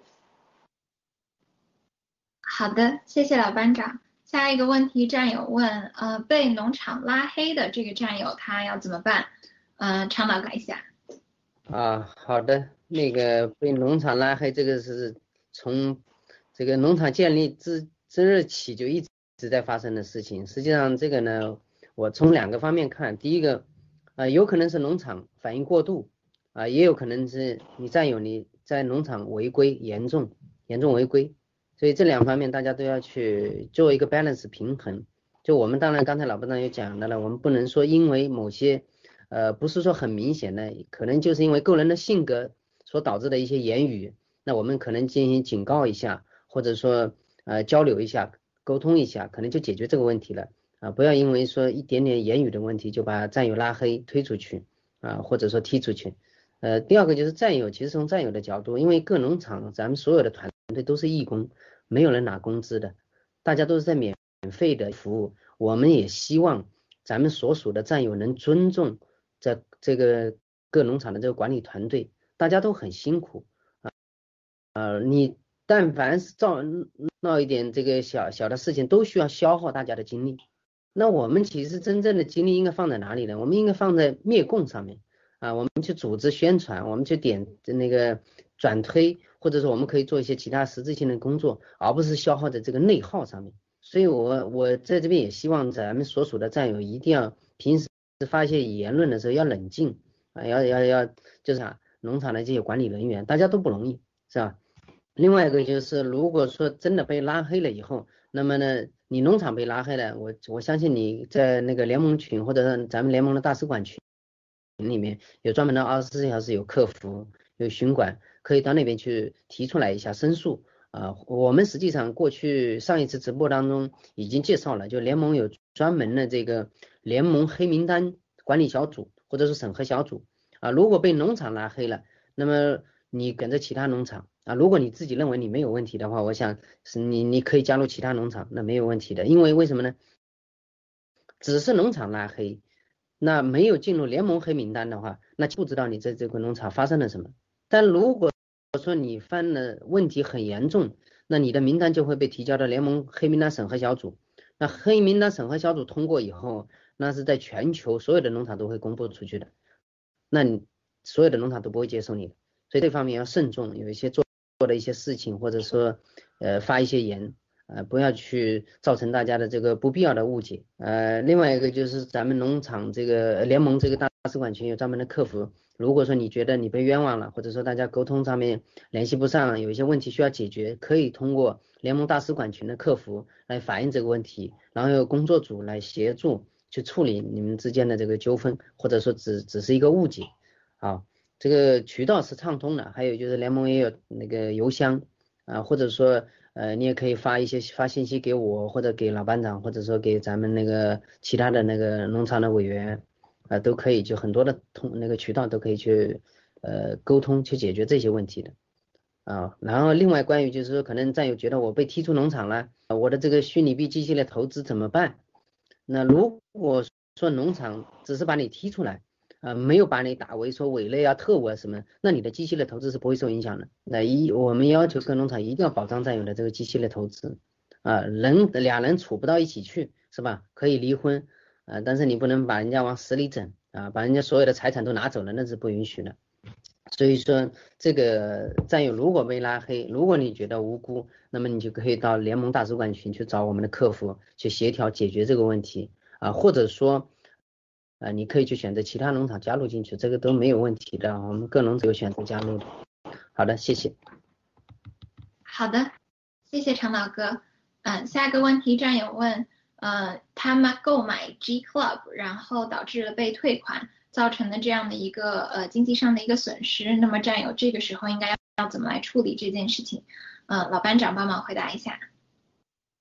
好的，谢谢老班长。下一个问题，战友问，呃，被农场拉黑的这个战友他要怎么办？呃，长岛改一下。 啊，好的，那个被农场拉黑，这个是从这个农场建立之之日起就一直在发生的事情。实际上这个呢，我从两个方面看，第一个，啊、呃，有可能是农场反应过度，啊、呃，也有可能是你战友你在农场违规严重严重违规。所以这两方面大家都要去做一个 balance 平衡。就我们当然刚才老班长也讲到了，我们不能说因为某些呃不是说很明显的，可能就是因为个人的性格所导致的一些言语，那我们可能进行警告一下，或者说呃交流一下，沟通一下，可能就解决这个问题了啊、呃！不要因为说一点点言语的问题就把战友拉黑推出去啊、呃，或者说踢出去。呃，第二个就是战友，其实从战友的角度，因为各农场咱们所有的团队都是义工，没有人拿工资的，大家都是在免费的服务。我们也希望咱们所属的战友能尊重这这个各农场的这个管理团队，大家都很辛苦啊。呃，你但凡是造闹一点这个小小的事情，都需要消耗大家的精力。那我们其实真正的精力应该放在哪里呢？我们应该放在灭共上面。啊，我们去组织宣传，我们去点那个转推，或者说我们可以做一些其他实质性的工作，而不是消耗在这个内耗上面。所以我我在这边也希望咱们所属的战友一定要平时发一些言论的时候要冷静啊，要要要就是啥，农场的这些管理人员大家都不容易，是吧？另外一个就是如果说真的被拉黑了以后，那么呢，你农场被拉黑了，我我相信你在那个联盟群或者咱们联盟的大使馆群里面有专门的二十四小时有客服有巡管，可以到那边去提出来一下申诉啊、呃。我们实际上过去上一次直播当中已经介绍了，就联盟有专门的这个联盟黑名单管理小组或者是审核小组啊。如果被农场拉黑了，那么你跟着其他农场啊，如果你自己认为你没有问题的话，我想是你你可以加入其他农场，那没有问题的。因为为什么呢？只是农场拉黑，那没有进入联盟黑名单的话，那不知道你在这个农场发生了什么。但如果说你犯了问题很严重，那你的名单就会被提交到联盟黑名单审核小组。那黑名单审核小组通过以后，那是在全球所有的农场都会公布出去的，那你所有的农场都不会接受你的。所以这方面要慎重，有一些做做的一些事情，或者说呃发一些言。呃，不要去造成大家的这个不必要的误解。呃，另外一个就是咱们农场这个联盟这个大使馆群有专门的客服，如果说你觉得你被冤枉了，或者说大家沟通上面联系不上，有一些问题需要解决，可以通过联盟大使馆群的客服来反映这个问题，然后有工作组来协助去处理你们之间的这个纠纷，或者说只只是一个误解。啊，这个渠道是畅通的，还有就是联盟也有那个邮箱啊，或者说。呃，你也可以发一些发信息给我，或者给老班长，或者说给咱们那个其他的那个农场的委员，啊、呃，都可以，就很多的通那个渠道都可以去呃沟通去解决这些问题的啊。然后另外关于就是说，可能战友觉得我被踢出农场了，我的这个虚拟币机器的投资怎么办？那如果说农场只是把你踢出来，呃，没有把你打为说伪类啊、特务啊什么，那你的机器的投资是不会受影响的。那一我们要求各农场一定要保障战友的这个机器的投资啊，人俩人处不到一起去是吧？可以离婚啊，但是你不能把人家往死里整啊，把人家所有的财产都拿走了，那是不允许的。所以说这个战友如果被拉黑，如果你觉得无辜，那么你就可以到联盟大使馆群去找我们的客服去协调解决这个问题啊，或者说。啊，你可以去选择其他农场加入进去，这个都没有问题的，我们各农场有选择加入的。好的，谢谢。 好的，谢谢长岛哥。嗯，下一个问题战友问，呃，他们购买 G Club， 然后导致了被退款，造成的这样的一个呃经济上的一个损失，那么战友这个时候应该要怎么来处理这件事情？呃，老班长帮忙回答一下。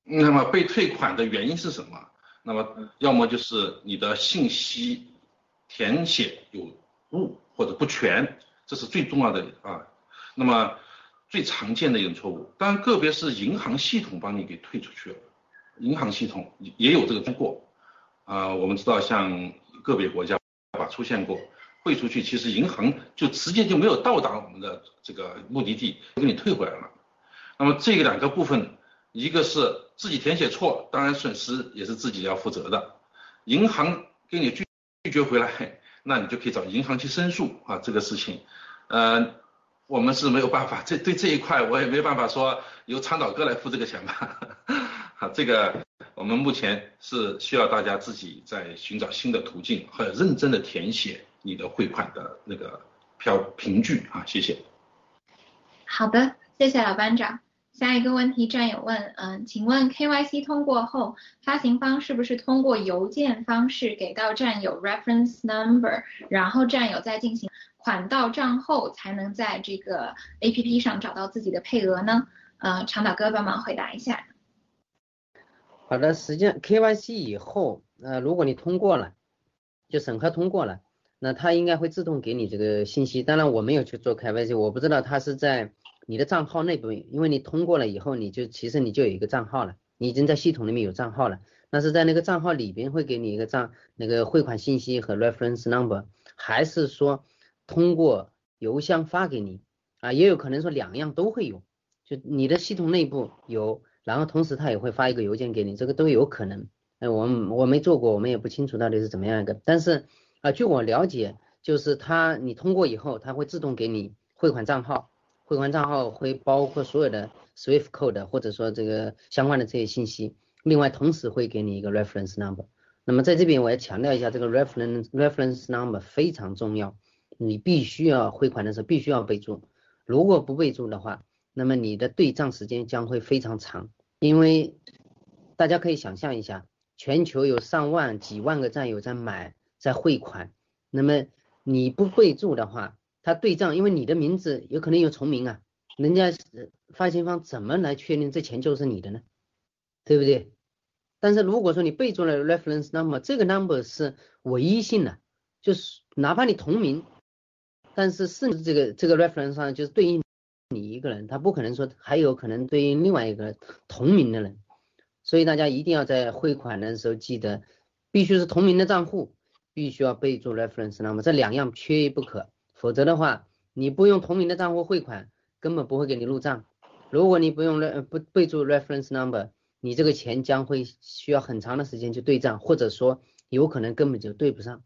那么被退款的原因是什么？那么要么就是你的信息填写有误或者不全，这是最重要的啊。那么最常见的一种错误，当然个别是银行系统帮你给退出去了，银行系统也有这个通过啊。我们知道像个别国家吧出现过汇出去，其实银行就直接就没有到达我们的这个目的地，给你退回来了。那么这个两个部分，一个是自己填写错，当然损失也是自己要负责的。银行给你拒拒绝回来，那你就可以找银行去申诉啊，这个事情，呃，我们是没有办法，这对这一块我也没有办法说由倡导哥来付这个钱吧。好，这个我们目前是需要大家自己在寻找新的途径，很认真的填写你的汇款的那个票凭据啊，谢谢。 好的，谢谢老班长。下一个问题，战友问，嗯，请问 K Y C 通过后，发行方是不是通过邮件方式给到战友 reference number， 然后战友再进行款到账后，才能在这个 A P P 上找到自己的配额呢？呃，长岛哥帮忙回答一下。 好的，实际上 K Y C 以后，呃，如果你通过了，就审核通过了，那它应该会自动给你这个信息。当然我没有去做 K Y C， 我不知道它是在你的账号内部，因为你通过了以后，你就其实你就有一个账号了，你已经在系统里面有账号了，那是在那个账号里边会给你一个账那个汇款信息和 reference number， 还是说通过邮箱发给你啊？也有可能说两样都会有，就你的系统内部有，然后同时他也会发一个邮件给你，这个都有可能。哎，我们我没做过，我们也不清楚到底是怎么样一个，但是啊，据我了解，就是他你通过以后，他会自动给你汇款账号。汇款账号会包括所有的 Swift code 或者说这个相关的这些信息，另外同时会给你一个 reference number。那么在这边我要强调一下，这个 reference reference number 非常重要，你必须要汇款的时候必须要备注，如果不备注的话，那么你的对账时间将会非常长，因为大家可以想象一下，全球有上万几万个战友在买在汇款，那么你不备注的话，他对账，因为你的名字有可能有重名啊，人家发行方怎么来确定这钱就是你的呢？对不对？但是如果说你备注了 reference number， 这个 number 是唯一性的，就是哪怕你同名，但是甚至这个这个 reference 上就是对应你一个人，他不可能说还有可能对应另外一个同名的人，所以大家一定要在汇款的时候记得，必须是同名的账户，必须要备注 reference number， 这两样缺一不可。否则的话，你不用同名的账户汇款，根本不会给你入账。如果你不用不备注 reference number， 你这个钱将会需要很长的时间去对账，或者说有可能根本就对不上。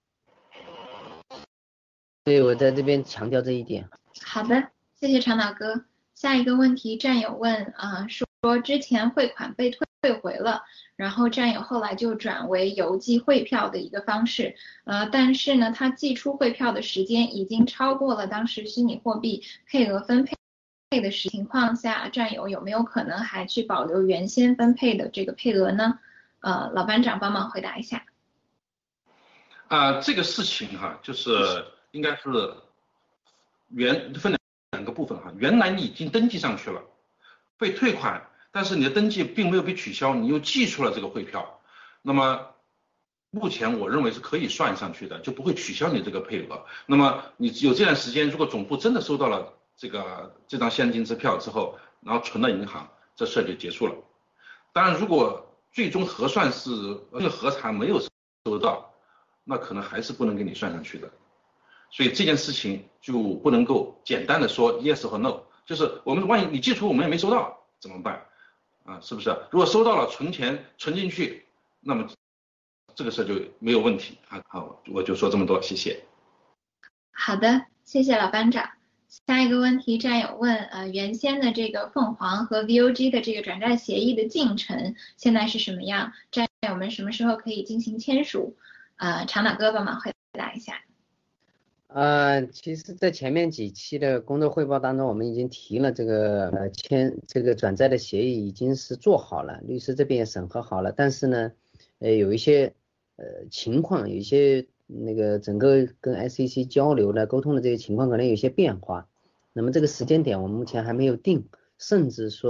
所以我在这边强调这一点。 好的，谢谢长岛哥。下一个问题，战友问啊、呃，说之前汇款被退退回了，然后战友后来就转为邮寄汇票的一个方式，呃，但是呢，他寄出汇票的时间已经超过了当时虚拟货币配额分配的时情况下，战友有没有可能还去保留原先分配的这个配额呢？呃，老班长帮忙回答一下。 啊、呃，这个事情哈、啊，就是应该是原分两个部分哈，原来你已经登记上去了，被退款。但是你的登记并没有被取消，你又寄出了这个汇票，那么目前我认为是可以算上去的，就不会取消你这个配额。那么你有这段时间，如果总部真的收到了这个这张现金支票之后，然后存到银行，这事就结束了。当然，如果最终核算是这个核查没有收到，那可能还是不能给你算上去的。所以这件事情就不能够简单的说 yes 和 no， 就是我们万一你寄出我们也没收到怎么办？啊，是不是？如果收到了，存钱存进去，那么这个事就没有问题啊。好，我就说这么多，谢谢。 好的，谢谢老班长。下一个问题，战友问，呃，原先的这个凤凰和 V O G 的这个转债协议的进程现在是什么样？战友们什么时候可以进行签署？呃，长岛哥帮忙回答一下。 呃，其实，在前面几期的工作汇报当中，我们已经提了这个呃签这个转债的协议已经是做好了，律师这边也审核好了，但是呢，呃，有一些呃情况，有一些那个整个跟 S E C 交流的沟通的这些情况可能有些变化，那么这个时间点我们目前还没有定，甚至说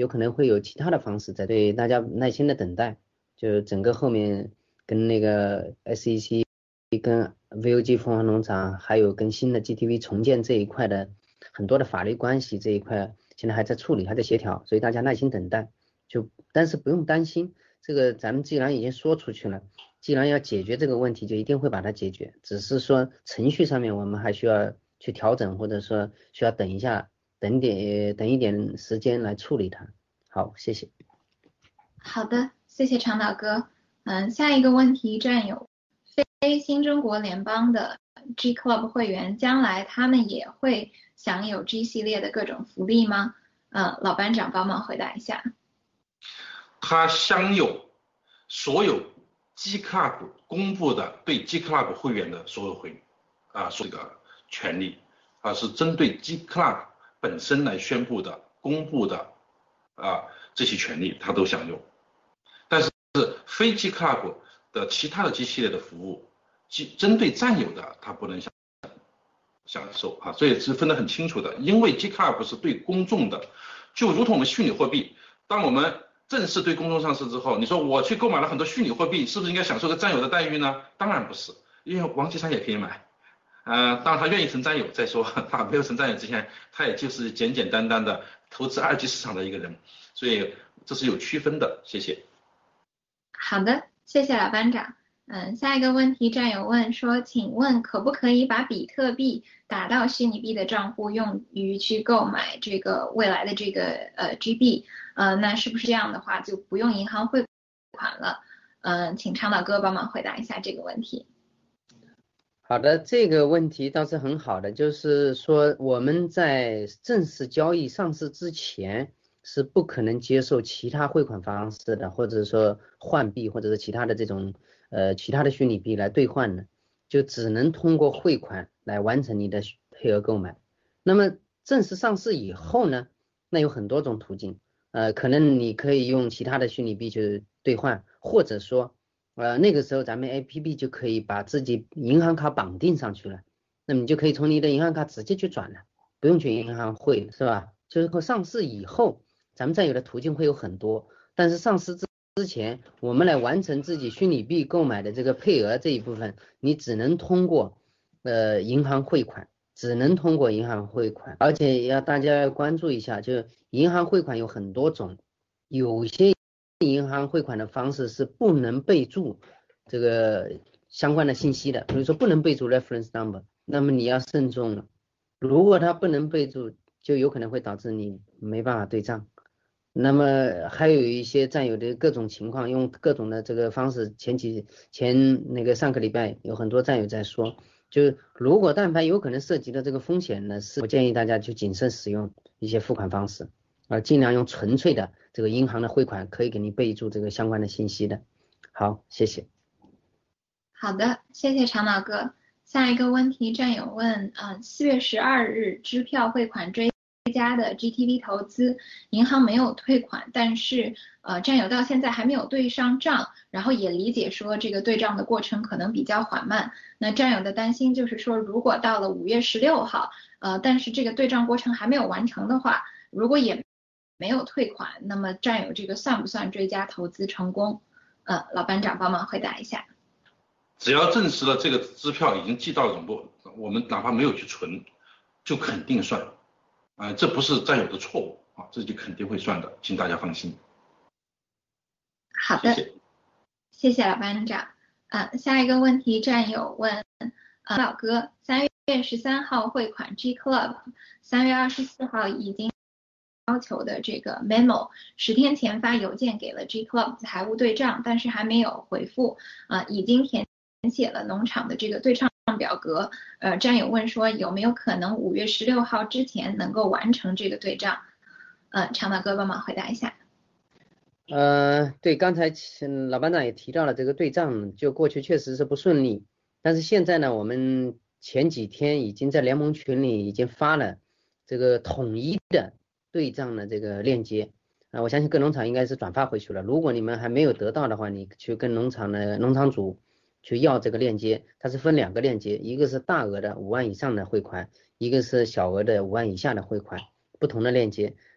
有可能会有其他的方式在，对大家耐心的等待，就整个后面跟那个 S E C 跟 V O G 凤凰农场还有跟新的 G T V 重建这一块的很多的法律关系这一块现在还在处理，还在协调，所以大家耐心等待，就但是不用担心，这个咱们既然已经说出去了，既然要解决这个问题，就一定会把它解决，只是说程序上面我们还需要去调整，或者说需要等一下，等点等一点时间来处理它。好，谢谢。 好的，谢谢长岛哥。嗯，下一个问题占有非新中国联邦的 G Club 会员，将来他们也会享有 G 系列的各种福利吗？呃，老班长帮忙回答一下。 他享有所有 G Club 公布的对 G Club 会员的所有会啊，这个权利啊，是针对 G Club 本身来宣布的、公布的啊这些权利，他都享有。但是非 G Club 的其他的 G 系列的服务，针对战友的他不能享享受啊，所以是分得很清楚的。因为 G Club 是对公众的，就如同我们虚拟货币，当我们正式对公众上市之后，你说我去购买了很多虚拟货币，是不是应该享受个战友的待遇呢？当然不是，因为王岐山也可以买，呃，当然他愿意成战友再说，他没有成战友之前，他也就是简简单单的投资二级市场的一个人，所以这是有区分的。谢谢。 好的，谢谢老班长。嗯，下一个问题战友问说，请问可不可以把比特币打到虚拟币的账户，用于去购买这个未来的这个呃 G B？ 呃，那是不是这样的话就不用银行汇款了？嗯，请长岛哥帮忙回答一下这个问题。 好的，这个问题倒是很好的，就是说我们在正式交易上市之前是不可能接受其他汇款方式的，或者说换币或者是其他的这种呃其他的虚拟币来兑换的，就只能通过汇款来完成你的配额购买。那么正式上市以后呢，那有很多种途径，呃，可能你可以用其他的虚拟币去兑换，或者说呃那个时候咱们 A P P 就可以把自己银行卡绑定上去了，那么你就可以从你的银行卡直接去转了，不用去银行汇，是吧？就是说上市以后咱们占有的途径会有很多，但是上市之之前我们来完成自己虚拟币购买的这个配额这一部分，你只能通过呃银行汇款，只能通过银行汇款，而且要大家要关注一下，就是银行汇款有很多种，有些银行汇款的方式是不能备注这个相关的信息的，比如说不能备注 reference number， 那么你要慎重了，如果它不能备注，就有可能会导致你没办法对账。那么还有一些占有的各种情况，用各种的这个方式，前几前那个上个礼拜有很多占有在说，就如果但凡有可能涉及的这个风险呢，是我建议大家去谨慎使用一些付款方式，而尽量用纯粹的这个银行的汇款，可以给你备注这个相关的信息的。好，谢谢。 好的，谢谢长岛哥。下一个问题战友问，呃，四月十二日支票汇款追加的 G T V 投资，银行没有退款，但是呃战友到现在还没有对上账，然后也理解说这个对账的过程可能比较缓慢。那战友的担心就是说，如果到了五月十六号，呃，但是这个对账过程还没有完成的话，如果也没有退款，那么战友这个算不算追加投资成功？呃，老班长帮忙回答一下。 只要证实了这个支票已经寄到总部，我们哪怕没有去存，就肯定算。啊、呃，这不是战友的错误啊，这就肯定会算的，请大家放心。 好的，谢谢，谢谢老班长。呃，下一个问题，战友问，呃，老哥，三月十三号汇款 G Club， 三月二十四号已经要求的这个 memo， 十天前发邮件给了 G Club 财务对账，但是还没有回复，呃，已经填写了农场的这个对账表格，呃，战友问说有没有可能五月十六号之前能够完成这个对账？呃，长岛哥帮忙回答一下。 呃，对，刚才老班长也提到了这个对账，就过去确实是不顺利，但是现在呢，我们前几天已经在联盟群里已经发了这个统一的对账的这个链接啊、呃，我相信各农场应该是转发回去了。如果你们还没有得到的话，你去跟农场的农场主去要这个链接，它是分两个链接，一个是大额的五万以上的汇款，一个是小额的五万以下的汇款，不同的链接。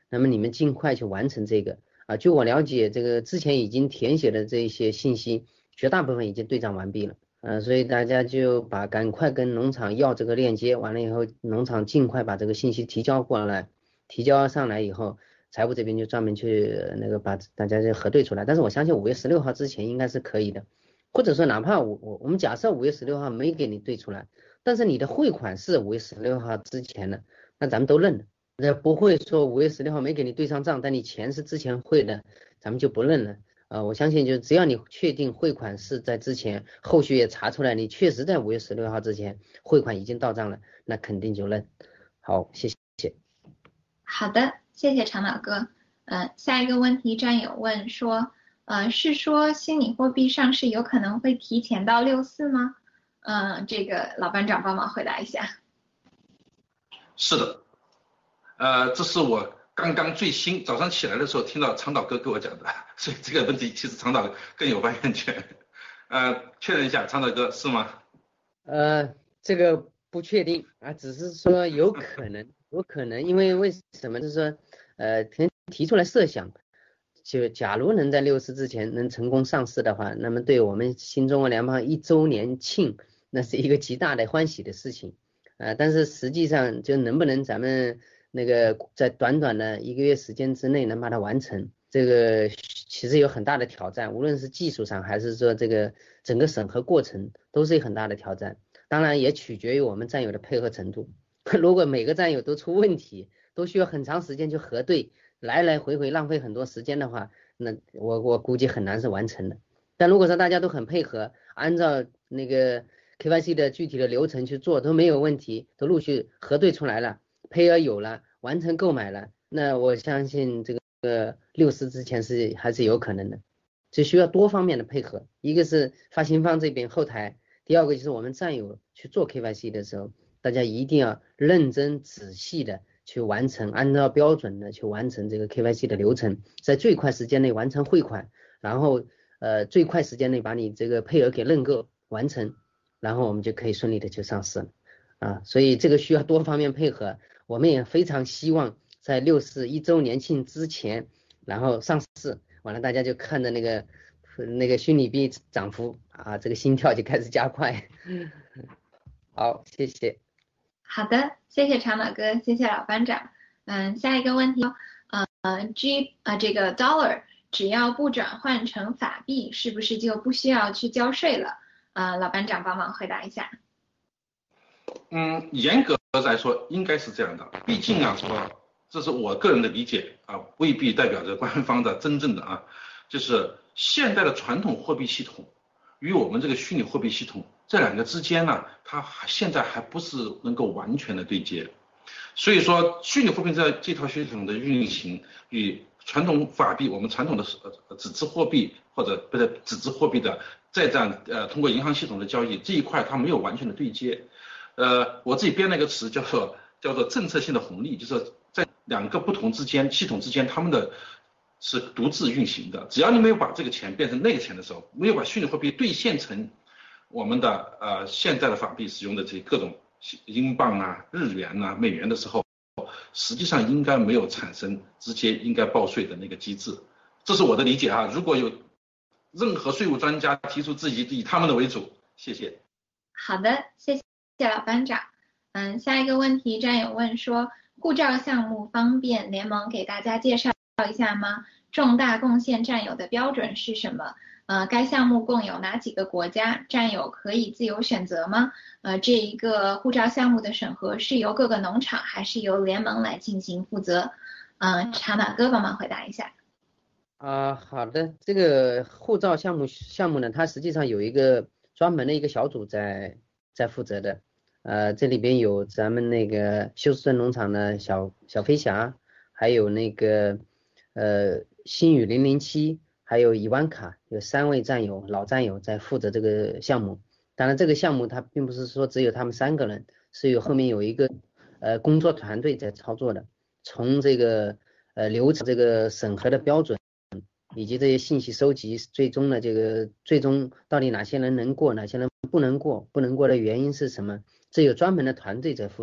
那么你们尽快去完成这个啊。据我了解，这个之前已经填写的这一些信息，绝大部分已经对账完毕了。呃，所以大家就把赶快跟农场要这个链接，完了以后，农场尽快把这个信息提交过来，提交上来以后，财务这边就专门去那个把大家就核对出来。但是我相信五月十六号之前应该是可以的，或者说哪怕我我我们假设五月十六号没给你对出来，但是你的汇款是五月十六号之前的，那咱们都认了，那不会说五月十六号没给你对上账，但你钱是之前汇的，咱们就不认了。呃，我相信就只要你确定汇款是在之前，后续也查出来你确实在五月十六号之前汇款已经到账了，那肯定就认。好，谢谢。 好的，谢谢常老哥。呃，下一个问题战友问说，呃，是说虚拟货币上市有可能会提前到六四吗？嗯、呃，这个老班长帮忙回答一下。 是的，呃，这是我刚刚最新早上起来的时候听到常导哥给我讲的，所以这个问题其实常导更有发言权。呃，确认一下，常导哥是吗？ 呃，这个不确定啊，只是说有可能，有可能，因为为什么？就是说，呃，提提出来设想，就假如能在六四之前能成功上市的话，那么对我们新中国联邦一周年庆，那是一个极大的欢喜的事情。呃，但是实际上就能不能咱们那个在短短的一个月时间之内能把它完成，这个其实有很大的挑战，无论是技术上还是说这个整个审核过程都是很大的挑战。当然也取决于我们战友的配合程度，如果每个战友都出问题，都需要很长时间去核对，来来回回浪费很多时间的话，那我我估计很难是完成的。但如果说大家都很配合，按照那个K Y C 的具体的流程去做都没有问题，都陆续核对出来了，配额有了，完成购买了，那我相信这个六四之前是还是有可能的，只需要多方面的配合，一个是发行方这边后台，第二个就是我们战友去做 K Y C 的时候，大家一定要认真仔细的去完成，按照标准的去完成这个 K Y C 的流程，在最快时间内完成汇款，然后呃最快时间内把你这个配额给认购完成，然后我们就可以顺利的去上市了啊，所以这个需要多方面配合，我们也非常希望在六四一周年庆之前，然后上市，完了大家就看着那个那个虚拟币涨幅啊，这个心跳就开始加快。好，谢谢。 好的，谢谢常老哥，谢谢老班长。嗯，下一个问题，呃 G 呃这个 dollar 只要不转换成法币，是不是就不需要去交税了？呃，老班长帮忙回答一下。 嗯，严格来说应该是这样的，毕竟啊说，这是我个人的理解啊，未必代表着官方的真正的啊，就是现代的传统货币系统与我们这个虚拟货币系统这两个之间呢，它现在还不是能够完全的对接，所以说虚拟货币这这套系统的运行与传统法币，我们传统的呃纸质货币或者不是纸质货币的再这样呃通过银行系统的交易这一块，它没有完全的对接。呃，我自己编了一个词叫做叫做政策性的红利，就是在两个不同之间系统之间，他们的是独自运行的。只要你没有把这个钱变成那个钱的时候，没有把虚拟货币兑现成我们的呃现在的法币使用的这各种英镑啊、日元啊、美元的时候，实际上应该没有产生直接应该报税的那个机制。这是我的理解啊。如果有任何税务专家提出质疑，以他们的为主。谢谢。 好的，谢谢。谢谢老班长。嗯，下一个问题，战友问说，护照项目方便联盟给大家介绍一下吗？重大贡献战友的标准是什么？呃，该项目共有哪几个国家？战友可以自由选择吗？呃，这一个护照项目的审核是由各个农场还是由联盟来进行负责？嗯、呃，查马哥帮忙回答一下。 啊，好的，这个护照项目项目呢，它实际上有一个专门的一个小组在。在负责的，呃，这里边有咱们那个休斯顿农场的小小飞侠，还有那个呃星宇零零七，还有伊万卡，有三位战友老战友在负责这个项目。当然，这个项目它并不是说只有他们三个人，是有后面有一个呃工作团队在操作的，从这个呃流程、这个审核的标准。以及这些信息收集，最终的这个最终到底哪些人能过，哪些人不能过，不能过的原因是什么？这有专门的团队在负责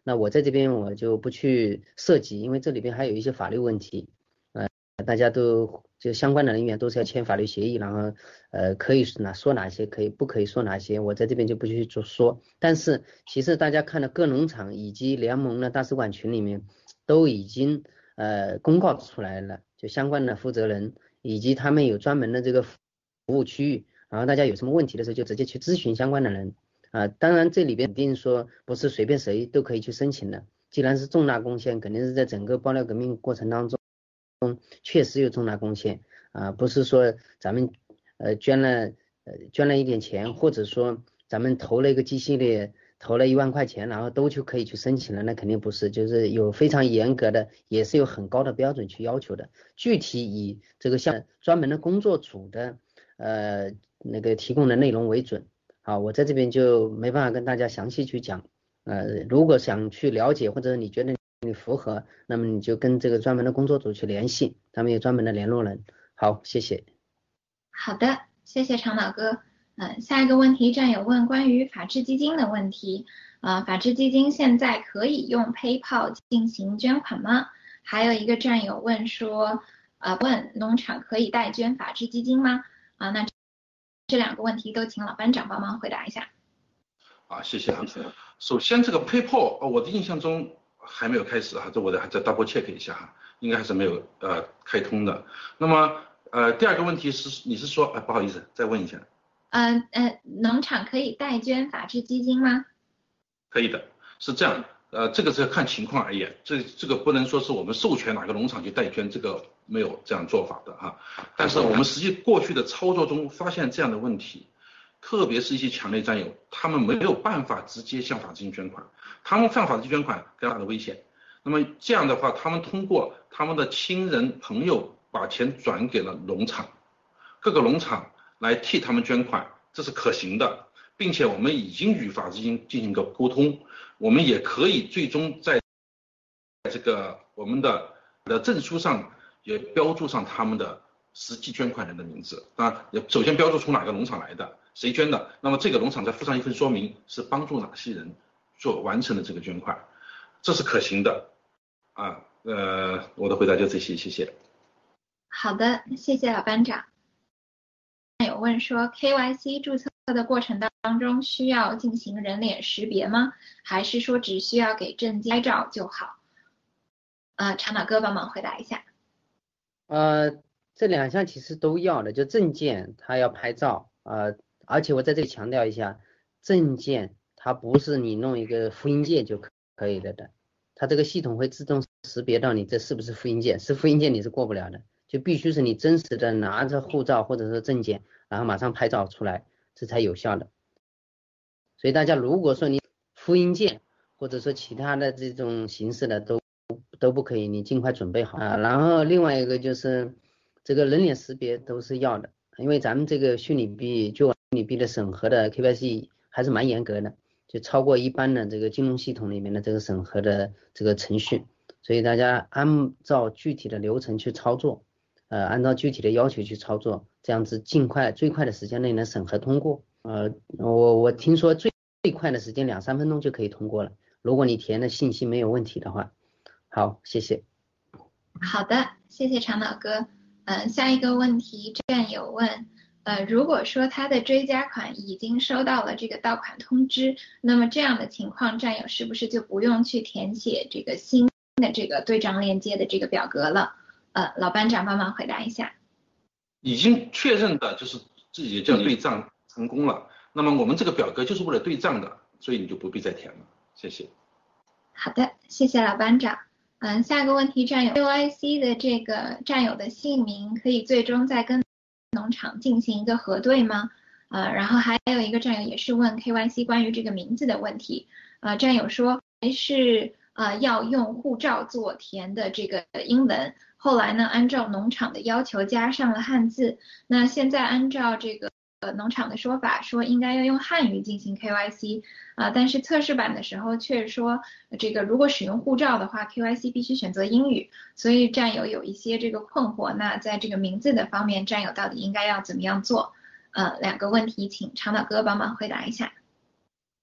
那我在这边我就不去涉及，因为这里边还有一些法律问题，呃，大家都就相关的人员都是要签法律协议，然后呃可以哪说哪些，可以不可以说哪些，我在这边就不去做说。但是其实大家看到各农场以及联盟的大使馆群里面都已经呃公告出来了，就相关的负责人以及他们有专门的这个服务区域，然后大家有什么问题的时候就直接去咨询相关的人。啊，当然这里边肯定说不是随便谁都可以去申请的，既然是重大贡献，肯定是在整个爆料革命过程当中确实有重大贡献啊，不是说咱们呃捐了呃捐了一点钱，或者说咱们投了一个 G 系列投了一万块钱，然后都就可以去申请了，那肯定不是，就是有非常严格的，也是有很高的标准去要求的，具体以这个像专门的工作组的呃那个提供的内容为准。好，我在这边就没办法跟大家详细去讲，呃，如果想去了解或者你觉得你符合，那么你就跟这个专门的工作组去联系，他们有专门的联络人。好，谢谢。 好的，谢谢长岛哥。嗯、呃，下一个问题，战友问关于法治基金的问题，呃，法治基金现在可以用 PayPal 进行捐款吗？还有一个战友问说，呃，问农场可以代捐法治基金吗？啊、呃，那这两个问题都请老班长帮忙回答一下。 啊，谢谢啊。首先这个 PayPal， 我的印象中还没有开始哈，这我得还再 double check 一下哈，应该还是没有呃开通的。那么呃第二个问题是你是说，呃不好意思，再问一下。 呃呃，农场可以代捐法治基金吗？ 可以的，是这样，呃，这个是看情况而言，这这个不能说是我们授权哪个农场去代捐，这个没有这样做法的哈。但是我们实际过去的操作中发现这样的问题，特别是一些强烈战友，他们没有办法直接向法治基金捐款，他们向法治基金捐款更大的危险。那么这样的话，他们通过他们的亲人朋友把钱转给了农场，各个农场来替他们捐款，这是可行的，并且我们已经与法治基金进行过沟通，我们也可以最终在这个我们的的证书上也标注上他们的实际捐款人的名字啊，也首先标注从哪个农场来的，谁捐的，那么这个农场再附上一份说明，是帮助哪些人做完成了这个捐款，这是可行的啊。呃，我的回答就这些，谢谢。 好的，谢谢老班长。有问说 K Y C 注册的过程当中需要进行人脸识别吗？还是说只需要给证件拍照就好？呃，长岛哥帮忙回答一下。 呃，这两项其实都要的，就证件它要拍照，呃，而且我在这里强调一下，证件它不是你弄一个复印件就可可以了的，它这个系统会自动识别到你这是不是复印件，是复印件你是过不了的，就必须是你真实的拿着护照或者是证件，然后马上拍照出来，这才有效的。所以大家如果说你复印件或者说其他的这种形式的都都不可以，你尽快准备好啊。然后另外一个就是这个人脸识别都是要的，因为咱们这个虚拟币就虚拟币的审核的 K Y C 还是蛮严格的，就超过一般的这个金融系统里面的这个审核的这个程序，所以大家按照具体的流程去操作，呃，按照具体的要求去操作，这样子尽快最快的时间内能审核通过。呃，我我听说最最快的时间两三分钟就可以通过了，如果你填的信息没有问题的话。好，谢谢。 好的，谢谢长岛哥。嗯，下一个问题，战友问，呃，如果说他的追加款已经收到了这个到款通知，那么这样的情况，战友是不是就不用去填写这个新的这个对账链接的这个表格了？呃，老班长帮忙回答一下。 已经确认的就是自己叫对账成功了，那么我们这个表格就是为了对账的，所以你就不必再填了，谢谢。 好的，谢谢老班长。嗯，下个问题，战友 K Y C 的这个战友的姓名可以最终再跟农场进行一个核对吗？呃，然后还有一个战友也是问 K Y C 关于这个名字的问题。呃，战友说还是呃要用护照做填的这个英文，后来呢按照农场的要求加上了汉字，那现在按照这个呃农场的说法说应该要用汉语进行 K Y C。啊、呃，但是测试版的时候却说，这个如果使用护照的话 ，K Y C 必须选择英语，所以战友有一些这个困惑。那在这个名字的方面，战友到底应该要怎么样做？呃，两个问题，请长岛哥帮忙回答一下。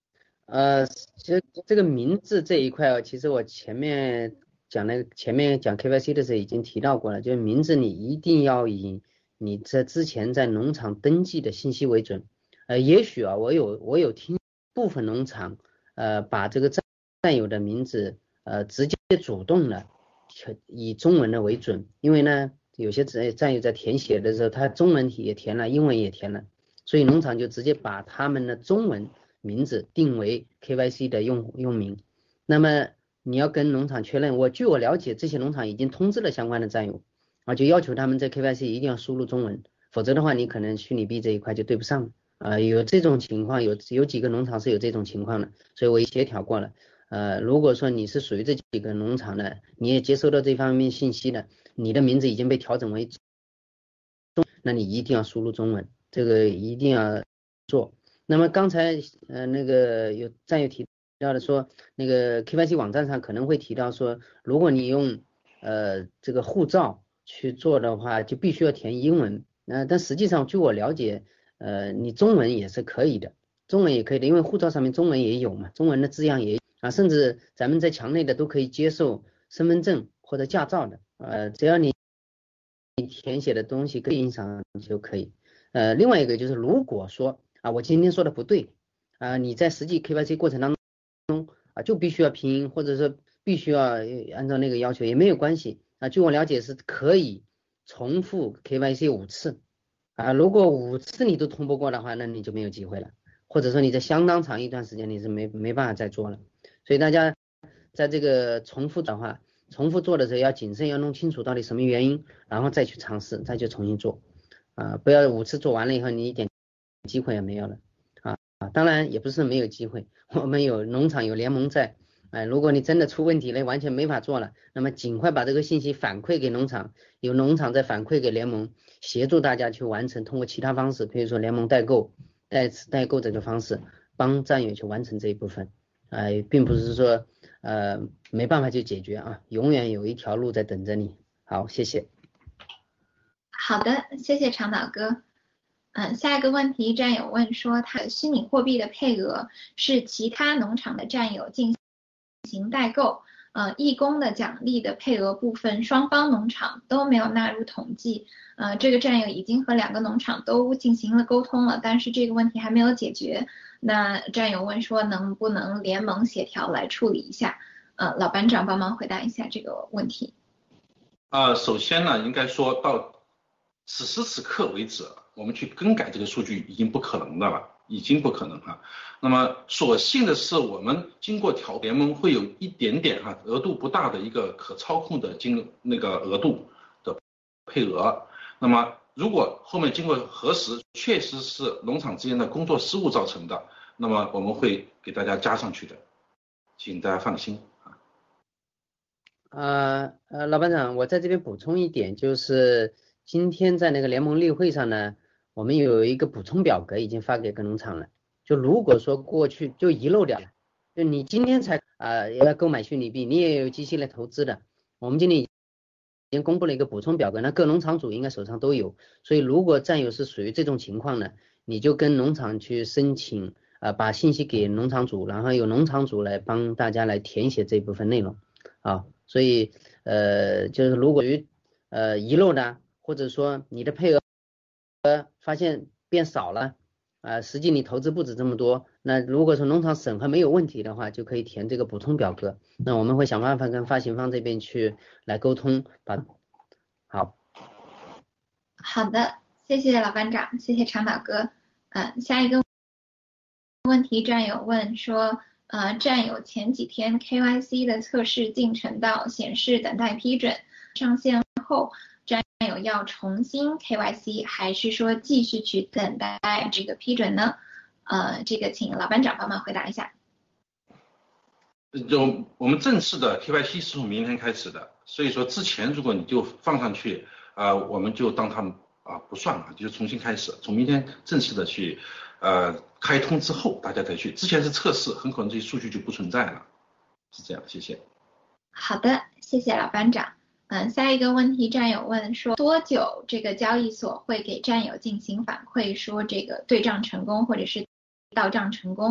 呃，其实这个名字这一块啊，其实我前面讲那个前面讲 K Y C 的时候已经提到过了，就是名字你一定要以你在之前在农场登记的信息为准。呃，也许啊，我有我有听部分农场呃把这个占占有的名字呃直接主动的以中文的为准，因为呢有些占占有在填写的时候，他中文也填了，英文也填了，所以农场就直接把他们的中文名字定为 K Y C 的用用名。那么你要跟农场确认，我据我了解，这些农场已经通知了相关的占有啊，就要求他们在 K Y C 一定要输入中文，否则的话你可能虚拟币这一块就对不上了啊、呃。有这种情况，有有几个农场是有这种情况的，所以我也协调过了。呃，如果说你是属于这几个农场的，你也接收到这方面信息的，你的名字已经被调整为中，那你一定要输入中文，这个一定要做。那么刚才呃那个有战友提到的说，那个 K Y C 网站上可能会提到说，如果你用呃这个护照去做的话，就必须要填英文。呃，但实际上据我了解，呃你中文也是可以的，中文也可以的，因为护照上面中文也有嘛，中文的字样也有啊，甚至咱们在墙内的都可以接受身份证或者驾照的，呃只要你你填写的东西可以印上就可以。呃，另外一个就是如果说啊，我今天说的不对啊，你在实际 K Y C 过程当中啊，就必须要拼音，或者说必须要按照那个要求，也没有关系啊。据我了解是可以重复 K Y C 五次啊，如果五次你都通不过的话，那你就没有机会了，或者说你在相当长一段时间你是没没办法再做了。所以大家在这个重复的话，重复做的时候要谨慎，要弄清楚到底什么原因，然后再去尝试，再去重新做啊，不要五次做完了以后你一点机会也没有了啊啊！当然也不是没有机会，我们有农场有联盟在，哎、呃，如果你真的出问题了，完全没法做了，那么尽快把这个信息反馈给农场，有农场再反馈给联盟，协助大家去完成，通过其他方式，比如说联盟代购、代代购这个方式，帮战友去完成这一部分，哎、呃，并不是说呃没办法去解决啊，永远有一条路在等着你。好，谢谢。 好的，谢谢长岛哥。嗯，下一个问题，战友问说，他的虚拟货币的配额是其他农场的战友进行代购，呃，义工的奖励的配额部分，双方农场都没有纳入统计。呃，这个战友已经和两个农场都进行了沟通了，但是这个问题还没有解决。那战友问说，能不能联盟协调来处理一下？呃，老班长帮忙回答一下这个问题。 呃，首先呢，应该说到此时此刻为止，我们去更改这个数据已经不可能的了，已经不可能哈。那么所幸的是，我们经过调联盟会有一点点哈额度不大的一个可操控的金那个额度的配额。那么如果后面经过核实，确实是农场之间的工作失误造成的，那么我们会给大家加上去的，请大家放心。 呃呃，老班长，我在这边补充一点，就是今天在那个联盟例会上呢，我们有一个补充表格已经发给各农场了。就如果说过去就遗漏掉了，就你今天才啊、呃、要购买虚拟币，你也有机器来投资的，我们今天已经公布了一个补充表格，那各农场主应该手上都有。所以如果战友是属于这种情况呢，你就跟农场去申请，啊、呃，把信息给农场主，然后由农场主来帮大家来填写这部分内容啊。所以呃就是如果于呃遗漏的，或者说你的配额发现变少了啊、呃，实际你投资不止这么多，那如果说农场审核没有问题的话，就可以填这个补充表格。那我们会想办法跟发行方这边去来沟通，把好。 好的，谢谢老班长，谢谢长岛哥。嗯、呃，下一个问题战友问说。呃，战友前几天 K Y C 的测试进程到显示等待批准，上线后战友要重新 K Y C， 还是说继续去等待这个批准呢？呃，这个请老班长帮忙回答一下。 就我们正式的 K Y C 是从明天开始的，所以说之前如果你就放上去，啊、呃，我们就当它啊不算了，就重新开始，从明天正式的去。呃，开通之后大家再去，之前是测试，很可能这些数据就不存在了，是这样，谢谢。 好的，谢谢老班长。嗯，下一个问题，战友问说，多久这个交易所会给战友进行反馈，说这个对账成功或者是到账成功？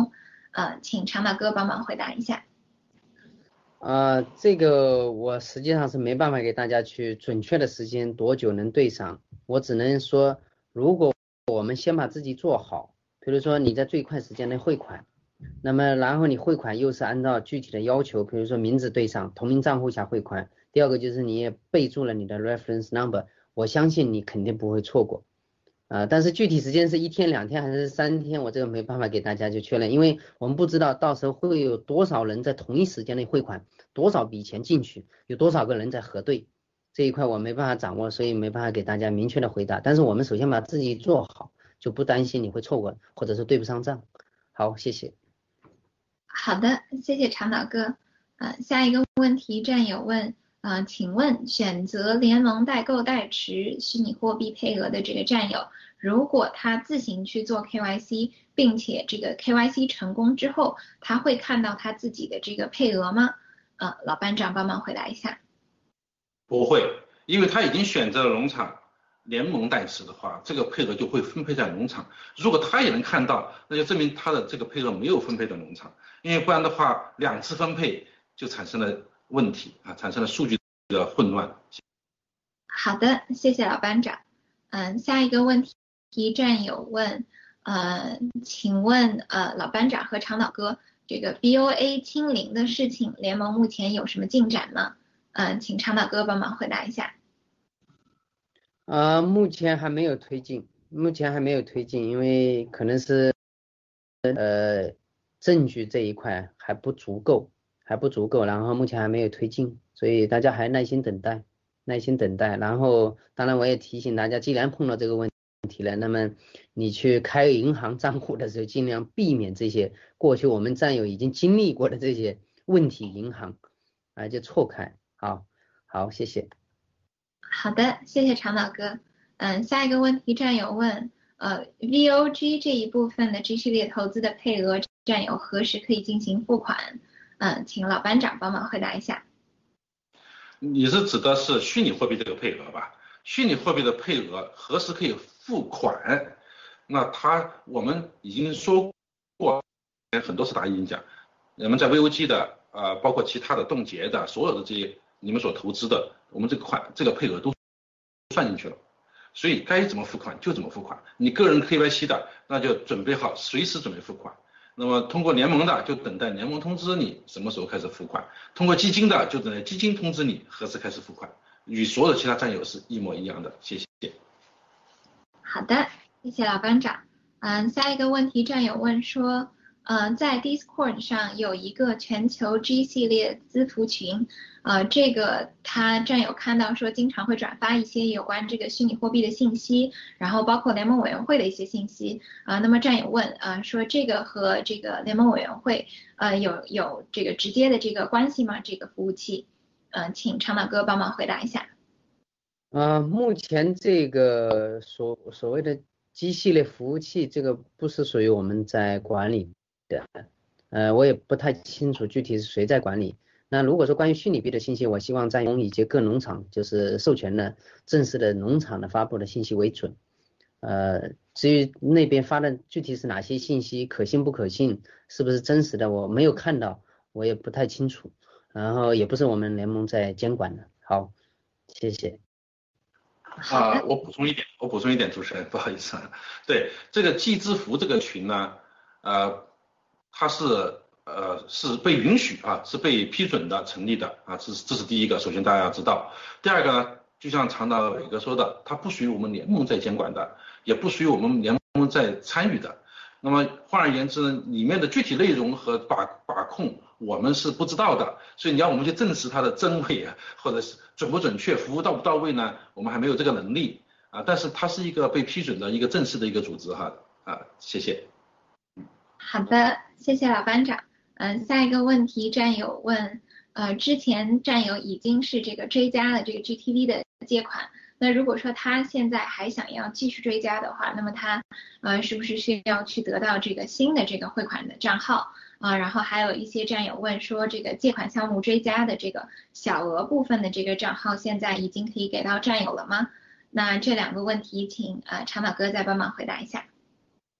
呃，请长岛哥帮忙回答一下。 呃，这个我实际上是没办法给大家去准确的时间多久能对上，我只能说，如果我们先把自己做好，比如说你在最快时间内汇款，那么然后你汇款又是按照具体的要求，比如说名字对上，同名账户下汇款，第二个就是你也备注了你的 reference number， 我相信你肯定不会错过。呃，但是具体时间是一天、两天还是三天，我这个没办法给大家去确认，因为我们不知道到时候会有多少人在同一时间内汇款，多少笔钱进去，有多少个人在核对，这一块我没办法掌握，所以没办法给大家明确的回答。但是我们首先把自己做好，就不担心你会错过或者是对不上账。好，谢谢。 好的，谢谢长岛哥。呃，下一个问题，战友问。呃，请问选择联盟代购代持虚拟货币配额的这个战友，如果他自行去做 K Y C， 并且这个 K Y C 成功之后，他会看到他自己的这个配额吗？呃，老班长帮忙回答一下。 不会，因为他已经选择了农场联盟代持的话，这个配额就会分配在农场。如果他也能看到，那就证明他的这个配额没有分配到农场，因为不然的话，两次分配就产生了问题啊，产生了数据的混乱。 好的，谢谢老班长。嗯，下一个问题，战友问，呃，请问呃老班长和长岛哥，这个 B O A 清零的事情，联盟目前有什么进展吗？嗯，请长岛哥帮忙回答一下。 呃，目前还没有推进，目前还没有推进，因为可能是呃证据这一块还不足够。还不足够，然后目前还没有推进，所以大家还耐心等待，耐心等待。然后，当然我也提醒大家，既然碰到这个问题了，那么你去开银行账户的时候，尽量避免这些过去我们战友已经经历过的这些问题银行，啊，就错开。好，好，谢谢。 好的，谢谢长岛哥。嗯，下一个问题，战友问，呃 ，V O G 这一部分的 G 系列投资的配额，战友何时可以进行付款？嗯，请老班长帮忙回答一下。 你是指的是虚拟货币这个配额吧？虚拟货币的配额何时可以付款？那他我们已经说过，很多次答应讲，我们在 V O G 的呃，包括其他的冻结的所有的这些你们所投资的，我们这个款这个配额都算进去了，所以该怎么付款就怎么付款。你个人 K Y C 的，那就准备好随时准备付款。那么通过联盟的就等待联盟通知你什么时候开始付款，通过基金的就等待基金通知你何时开始付款，与所有的其他战友是一模一样的。谢谢。 好的，谢谢老班长。嗯，下一个问题，战友问说，呃，在 Discord 上有一个全球 G 系列资服群，呃，这个他战友看到说经常会转发一些有关这个虚拟货币的信息，然后包括联盟委员会的一些信息，啊、呃，那么战友问，呃，说这个和这个联盟委员会，呃，有有这个直接的这个关系吗？这个服务器，嗯、呃，请长岛哥帮忙回答一下。 呃，目前这个所所谓的 G 系列服务器，这个不是属于我们在管理的，呃，我也不太清楚具体是谁在管理。那如果说关于虚拟币的信息，我希望占用以及各农场就是授权的正式的农场的发布的信息为准。呃，至于那边发的具体是哪些信息，可信不可信，是不是真实的，我没有看到，我也不太清楚。然后也不是我们联盟在监管的。好，谢谢。 啊，我补充一点，我补充一点，主持人，不好意思啊。对，这个季之福这个群呢，呃，它是呃是被允许啊，是被批准的成立的啊，这是这是第一个，首先大家要知道。第二个呢，就像长岛伟哥说的，它不属于我们联盟在监管的，也不属于我们联盟在参与的。那么换而言之呢，里面的具体内容和把把控我们是不知道的，所以你要我们去证实它的真伪啊，或者是准不准确，服务到不到位呢，我们还没有这个能力啊。但是它是一个被批准的一个正式的一个组织哈啊，谢谢。 好的，谢谢老班长。嗯，下一个问题，战友问，呃，之前战友已经是这个追加了这个 G T V 的借款。那如果说他现在还想要继续追加的话，那么他呃是不是需要去得到这个新的这个汇款的账号啊、呃？然后还有一些战友问说，这个借款项目追加的这个小额部分的这个账号现在已经可以给到战友了吗？那这两个问题请呃长岛哥再帮忙回答一下。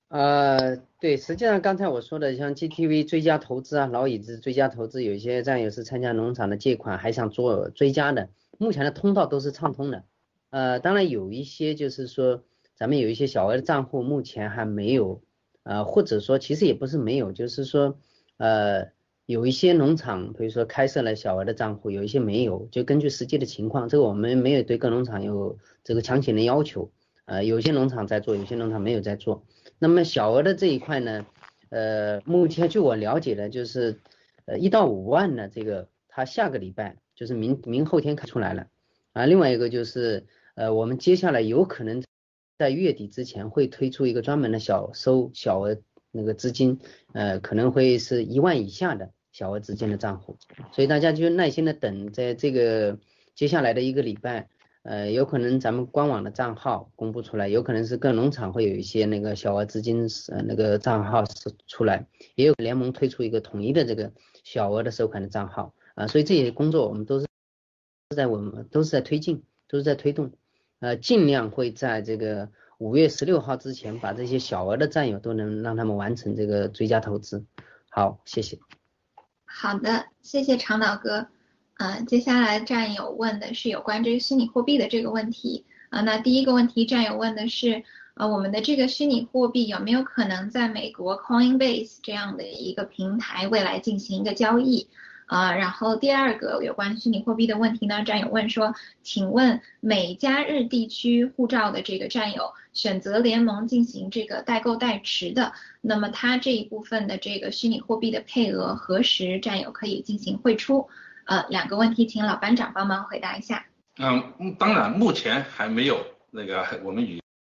呃，对，实际上刚才我说的像 G T V 追加投资啊，老椅子追加投资，有一些战友是参加农场的借款，还想做追加的，目前的通道都是畅通的。呃，当然有一些就是说，咱们有一些小额的账户目前还没有，呃，或者说其实也不是没有，就是说，呃，有一些农场，比如说开设了小额的账户，有一些没有，就根据实际的情况，这个我们没有对各农场有这个强行的要求，呃，有些农场在做，有些农场没有在做。那么小额的这一块呢，呃，目前据我了解的，就是呃一到五万呢，这个它下个礼拜就是明明后天开出来了啊。另外一个就是呃，我们接下来有可能在月底之前会推出一个专门的小收小额那个资金，呃，可能会是一万以下的小额资金的账户，所以大家就耐心的等，在这个接下来的一个礼拜。呃，有可能咱们官网的账号公布出来，有可能是各农场会有一些那个小额资金呃那个账号是出来，也有联盟推出一个统一的这个小额的收款的账号啊、呃，所以这些工作我们都是在我们都是在推进，都是在推动，呃，尽量会在这个五月十六号之前把这些小额的战友都能让他们完成这个追加投资。好，谢谢。 好的，谢谢长岛哥。呃，接下来战友问的是有关这个虚拟货币的这个问题啊、呃。那第一个问题，战友问的是，呃，我们的这个虚拟货币有没有可能在美国 Coinbase 这样的一个平台未来进行一个交易？啊、呃，然后第二个有关虚拟货币的问题呢，战友问说，请问美加日地区护照的这个战友选择联盟进行这个代购代持的，那么他这一部分的这个虚拟货币的配额何时战友可以进行汇出？呃，两个问题，请老班长帮忙回答一下。 嗯，当然，目前还没有那个我们与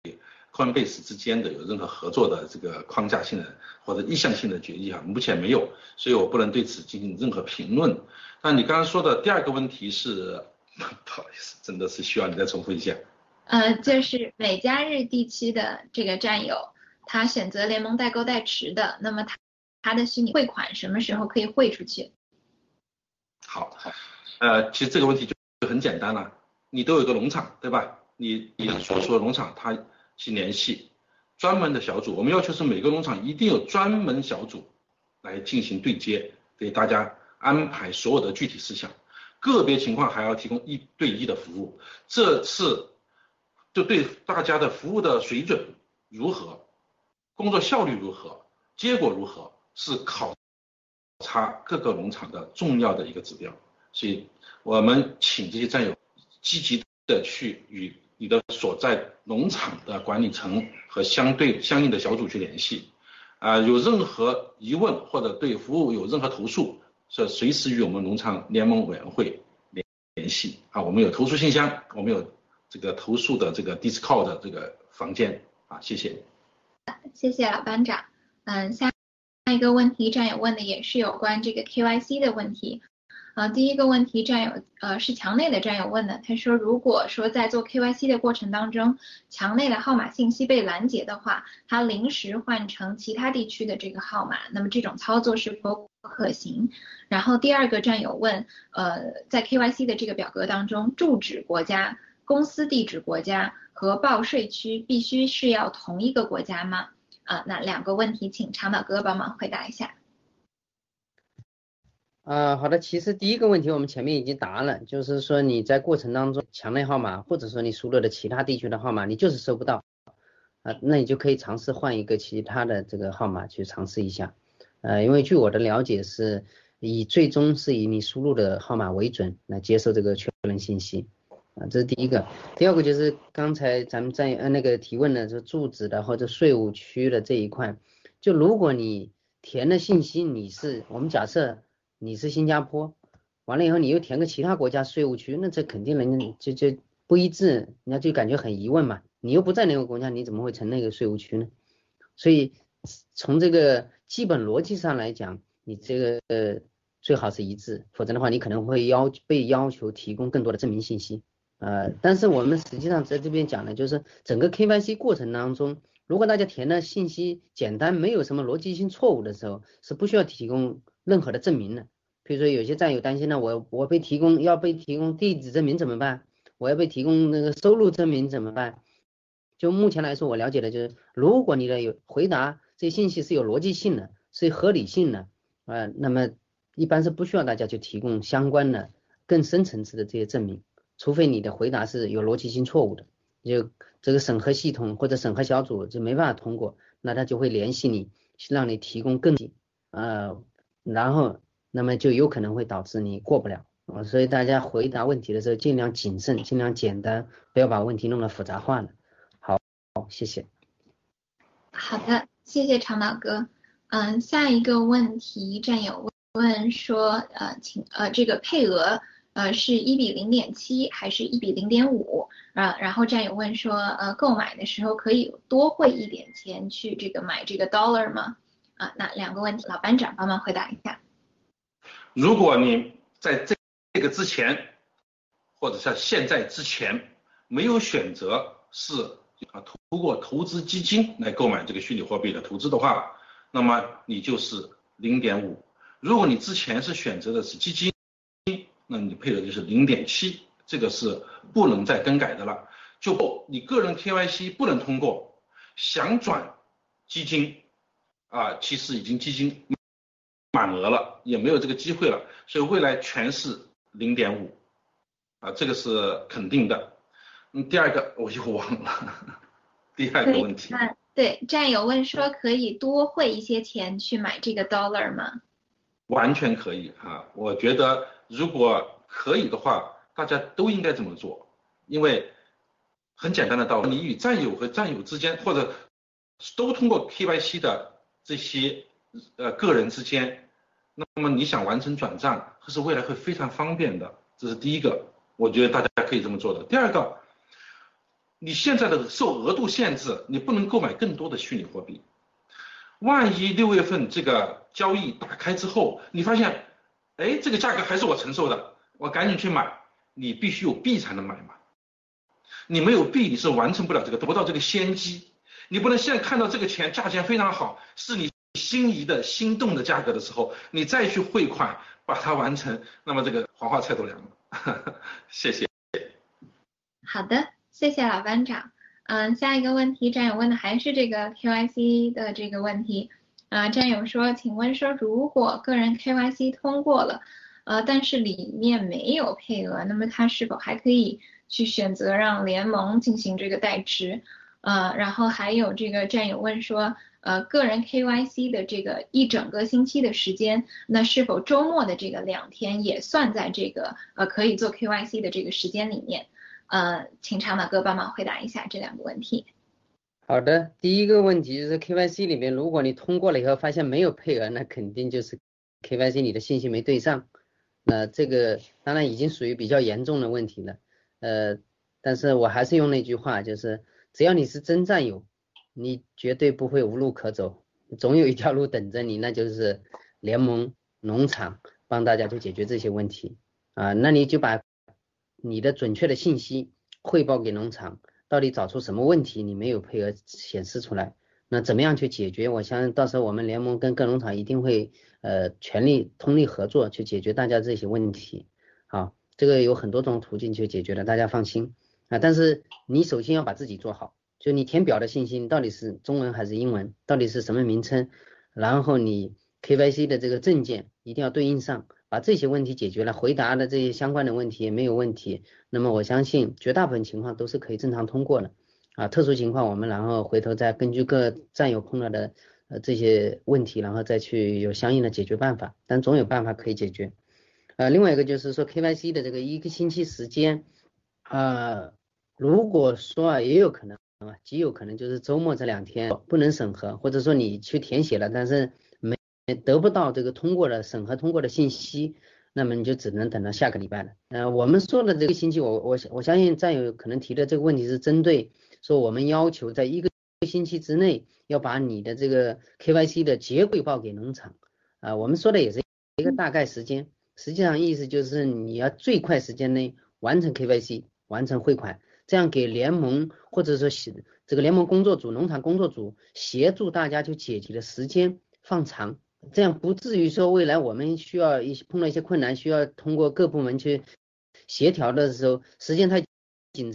Coinbase 之间的有任何合作的这个框架性的或者意向性的决议啊，目前没有，所以我不能对此进行任何评论。那你刚刚说的第二个问题是，不好意思，真的是需要你再重复一下。 呃，就是美加日地区的这个战友，他选择联盟代购代持的，那么他他的虚拟汇款什么时候可以汇出去？ 好，呃，其实这个问题就很简单了，你都有个农场，对吧？你你所说的农场，它去联系专门的小组，我们要求是每个农场一定有专门小组来进行对接，给大家安排所有的具体事项，个别情况还要提供一对一的服务。这次就对大家的服务的水准如何，工作效率如何，结果如何，是考察各个农场的重要的一个指标，所以我们请这些战友积极的去与你的所在农场的管理层和相对相应的小组去联系，啊、呃，有任何疑问或者对服务有任何投诉，是随时与我们农场联盟委员会联联系啊，我们有投诉信箱，我们有这个投诉的这个 Discord 的这个房间啊，谢谢。 谢谢老班长。嗯，下。下一个问题，战友问的也是有关这个 K Y C 的问题。呃，第一个问题，战友呃是墙内的战友问的，他说如果说在做 K Y C 的过程当中，墙内的号码信息被拦截的话，他临时换成其他地区的这个号码，那么这种操作是否可行？然后第二个战友问，呃，在 K Y C 的这个表格当中，住址国家、公司地址国家和报税区必须是要同一个国家吗？啊，那两个问题，请长岛哥帮忙回答一下。 呃，好的，其实第一个问题我们前面已经答了，就是说你在过程当中墙内号码或者说你输入的其他地区的号码你就是收不到啊、呃，那你就可以尝试换一个其他的这个号码去尝试一下。呃，因为据我的了解是以最终是以你输入的号码为准来接受这个确认信息。啊，这是第一个。第二个就是刚才咱们在呃那个提问的是住址的或者税务区的这一块，就如果你填的信息你是我们假设你是新加坡，完了以后你又填个其他国家税务区，那这肯定人就就不一致，人家就感觉很疑问嘛，你又不在那个国家，你怎么会成那个税务区呢？所以从这个基本逻辑上来讲，你这个呃最好是一致，否则的话你可能会要被要求提供更多的证明信息。呃，但是我们实际上在这边讲的就是整个 K Y C 过程当中，如果大家填的信息简单，没有什么逻辑性错误的时候，是不需要提供任何的证明的。比如说有些战友担心呢，我我被提供要被提供地址证明怎么办？我要被提供那个收入证明怎么办？ 就目前来说，我了解的就是，如果你的有回答这些信息是有逻辑性的，是有合理性的，呃，那么一般是不需要大家去提供相关的更深层次的这些证明，除非你的回答是有逻辑性错误的，就这个审核系统或者审核小组就没办法通过，那他就会联系你，让你提供更呃，然后那么就有可能会导致你过不了。所以大家回答问题的时候尽量谨慎，尽量简单，不要把问题弄得复杂化了。好，谢谢。 好的，谢谢长岛哥。嗯，下一个问题战友问说，呃，请呃这个配额呃是一比零点七还是一比零点五？啊，然后战友问说，呃，购买的时候可以多汇一点钱去这个买这个 dollar 吗？啊，那两个问题，老班长帮忙回答一下。 如果你在这这个之前，或者在现在之前没有选择是啊通过投资基金来购买这个虚拟货币的投资的话，那么你就是 零点五。如果你之前是选择的是基金，那你的配额就是 零点七， 这个是不能再更改的了。就你个人 K Y C 不能通过，想转基金啊，其实已经基金满额了，也没有这个机会了，所以未来全是 零点五 啊，这个是肯定的。嗯，第二个我又忘了，第二个问题。 对，战友问说可以多汇一些钱去买这个 dollar 吗？ 完全可以啊，我觉得如果可以的话，大家都应该这么做，因为很简单的道理，你与战友和战友之间，或者都通过 K Y C 的这些呃个人之间，那么你想完成转账，这是未来会非常方便的，这是第一个，我觉得大家可以这么做的。第二个，你现在的受额度限制，你不能购买更多的虚拟货币。万一六月份这个交易打开之后，你发现，哎，这个价格还是我承受的，我赶紧去买，你必须有币才能买嘛。你没有币，你是完成不了这个，得不到这个先机。你不能现在看到这个钱价钱非常好，是你心仪的心动的价格的时候，你再去汇款把它完成，那么这个黄花菜都凉了。谢谢。 好的，谢谢老班长。嗯，下一个问题，战友问的还是这个 K Y C 的这个问题。啊、呃，战友说，请问说，如果个人 K Y C 通过了，呃，但是里面没有配额，那么他是否还可以去选择让联盟进行这个代持？呃，然后还有这个战友问说，呃，个人 K Y C 的这个一整个星期的时间，那是否周末的这个两天也算在这个呃可以做 K Y C 的这个时间里面？呃，请长岛哥帮忙回答一下这两个问题。 好的，第一个问题就是 K Y C 里面，如果你通过了以后发现没有配额，那肯定就是 K Y C 你的信息没对上，那这个当然已经属于比较严重的问题了。呃，但是我还是用那句话，就是只要你是真战友，你绝对不会无路可走，总有一条路等着你，那就是联盟农场帮大家去解决这些问题啊。那你就把你的准确的信息汇报给农场，到底找出什么问题你没有配额显示出来，那怎么样去解决？我相信到时候我们联盟跟各农场一定会呃全力通力合作去解决大家这些问题。好，这个有很多种途径去解决的，大家放心啊。但是你首先要把自己做好，就你填表的信息到底是中文还是英文，到底是什么名称，然后你 K Y C 的这个证件一定要对应上，把这些问题解决了，回答的这些相关的问题也没有问题，那么我相信绝大部分情况都是可以正常通过的啊。特殊情况我们然后回头再根据各战友碰到的呃这些问题，然后再去有相应的解决办法，但总有办法可以解决。呃，另外一个就是说 K Y C 的这个一个星期时间，呃，如果说啊也有可能啊，极有可能就是周末这两天不能审核，或者说你去填写了，但是没得不到这个通过的审核通过的信息，那么你就只能等到下个礼拜了。呃，我们说的这个星期，我我我相信战友可能提的这个问题是针对说我们要求在一个星期之内要把你的这个 K Y C 的结汇报给农场啊、呃，我们说的也是一个大概时间。实际上意思就是你要最快时间内完成 K Y C， 完成汇款，这样给联盟或者说这个联盟工作组、农场工作组协助大家去解决的时间放长，这样不至于说未来我们需要一碰到一些困难，需要通过各部门去协调的时候，时间太紧张，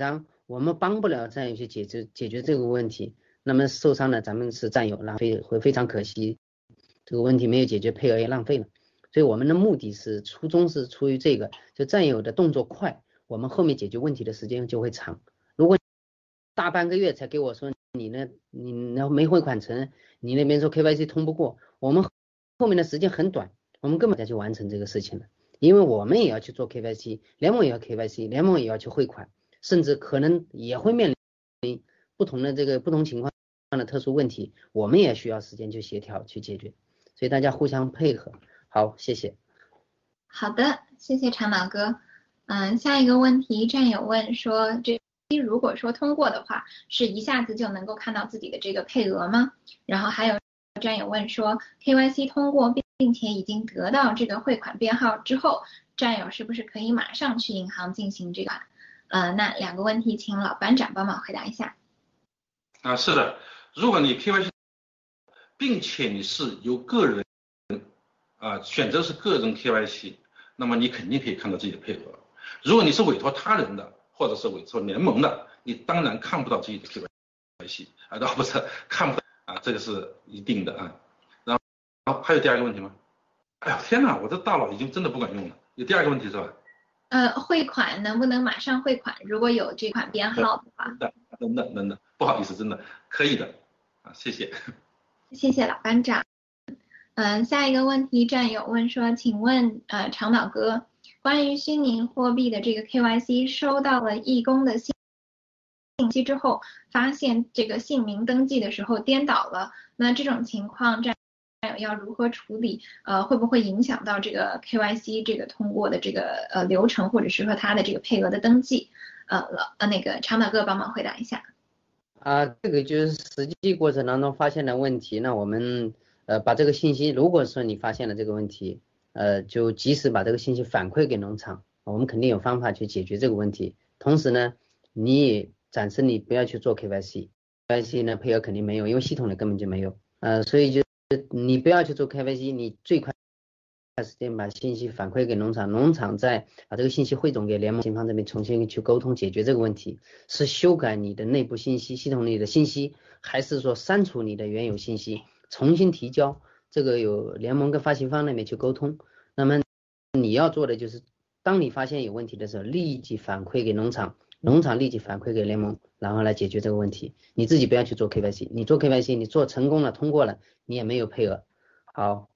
我们帮不了战友去解决解决这个问题，那么受伤了咱们是战友，浪费会非常可惜，这个问题没有解决，配额也浪费了。所以我们的目的是初衷是出于这个，就战友的动作快，我们后面解决问题的时间就会长。如果大半个月才给我说你呢，你呢没汇款成，你那边说 K Y C 通不过，我们后面的时间很短，我们根本再去完成这个事情了，因为我们也要去做 K Y C， 联盟也要 K Y C， 联盟也要去汇款，甚至可能也会面临不同的这个不同情况的特殊问题，我们也需要时间去协调去解决，所以大家互相配合。好，谢谢。 好的，谢谢长脑哥。嗯，下一个问题，战友问说，这如果说通过的话，是一下子就能够看到自己的这个配额吗？然后还有战友问说 ，K Y C 通过并且已经得到这个汇款编号之后，战友是不是可以马上去银行进行这个？呃，那两个问题，请老班长帮忙回答一下。 啊，是的，如果你 K Y C， 并且你是由个人啊选择是个人 K Y C， 那么你肯定可以看到自己的配额。如果你是委托他人的，或者是委托联盟的，你当然看不到自己的 K Y C 啊，倒不是看不到啊，这个是一定的啊。然后，然后还有第二个问题吗？哎呦天哪，我这大脑已经真的不管用了。有第二个问题是吧？ 呃，汇款能不能马上汇款？如果有这款编号的话。 等等等等等，不好意思，真的可以的啊，谢谢。 谢谢老班长。嗯、呃，下一个问题，战友问说，请问呃长岛哥，关于虚拟货币的这个 K Y C， 收到了义工的信息之后，发现这个姓名登记的时候颠倒了，那这种情况战友要如何处理？呃，会不会影响到这个 K Y C 这个通过的这个呃流程，或者是说他的这个配额的登记？呃，老呃那个长岛哥帮忙回答一下。 啊，这个就是实际过程当中发现的问题，那我们呃把这个信息，如果说你发现了这个问题，呃就及时把这个信息反馈给农场，我们肯定有方法去解决这个问题。同时呢，你也暂时你不要去做 K Y C，K Y C 呢配额肯定没有，因为系统里根本就没有，呃所以就你不要去做 K Y C， 你最快时间把信息反馈给农场，农场再把这个信息汇总给联盟警方这边重新去沟通解决这个问题，是修改你的内部信息系统里的信息，还是说删除你的原有信息重新提交，这个有联盟跟发行方那边去沟通。那么你要做的就是当你发现有问题的时候立即反馈给农场，农场立即反馈给联盟，然后来解决这个问题。你自己不要去做 K Y C， 你做 K Y C 你做成功了通过了你也没有配额。好，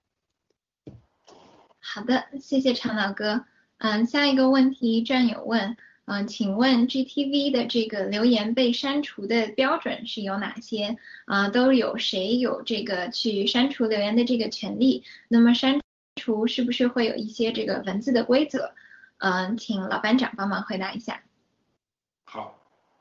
好的，谢谢长岛哥。嗯，下一个问题，战友问，嗯，请问 G T V 的这个留言被删除的标准是有哪些？啊、呃，都有谁有这个去删除留言的这个权利？那么删除是不是会有一些这个文字的规则？嗯，请老班长帮忙回答一下。 好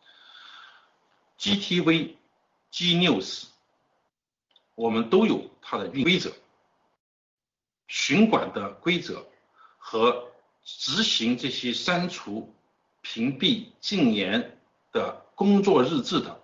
，G T V、G News， 我们都有它的运规则。巡管的规则和执行这些删除、屏蔽、禁言的工作日志的，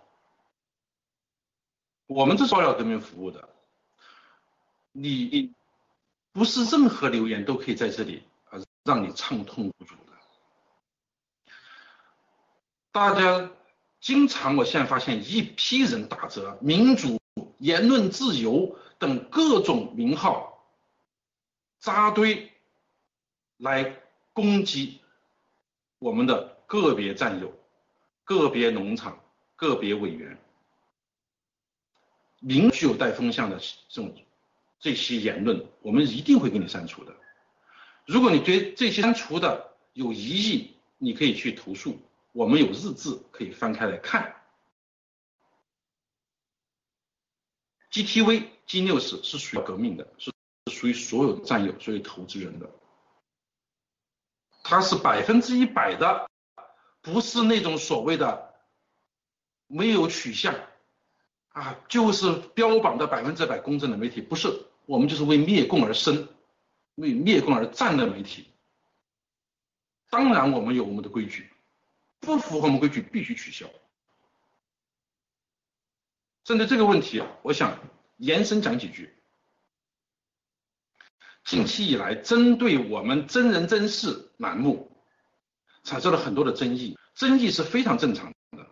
我们这是照耀革命服务的，你不是任何留言都可以在这里啊让你畅通无阻的。大家经常，我现在发现一批人打着民主、言论自由等各种名号扎堆来攻击我们的个别战友、个别农场、个别委员，明具有带风向的这种这些言论，我们一定会给你删除的。如果你对这些删除的有疑义，你可以去投诉，我们有日志可以翻开来看。G T V、G News 是属于革命的，是属于所有战友、所有投资人的，它是百分之一百的，不是那种所谓的没有取向啊，就是标榜的百分之百公正的媒体，不是，我们就是为灭共而生、为灭共而战的媒体。当然，我们有我们的规矩，不符合我们规矩必须取消。针对这个问题，我想延伸讲几句。近期以来，针对我们真人真事栏目产生了很多的争议，争议是非常正常的。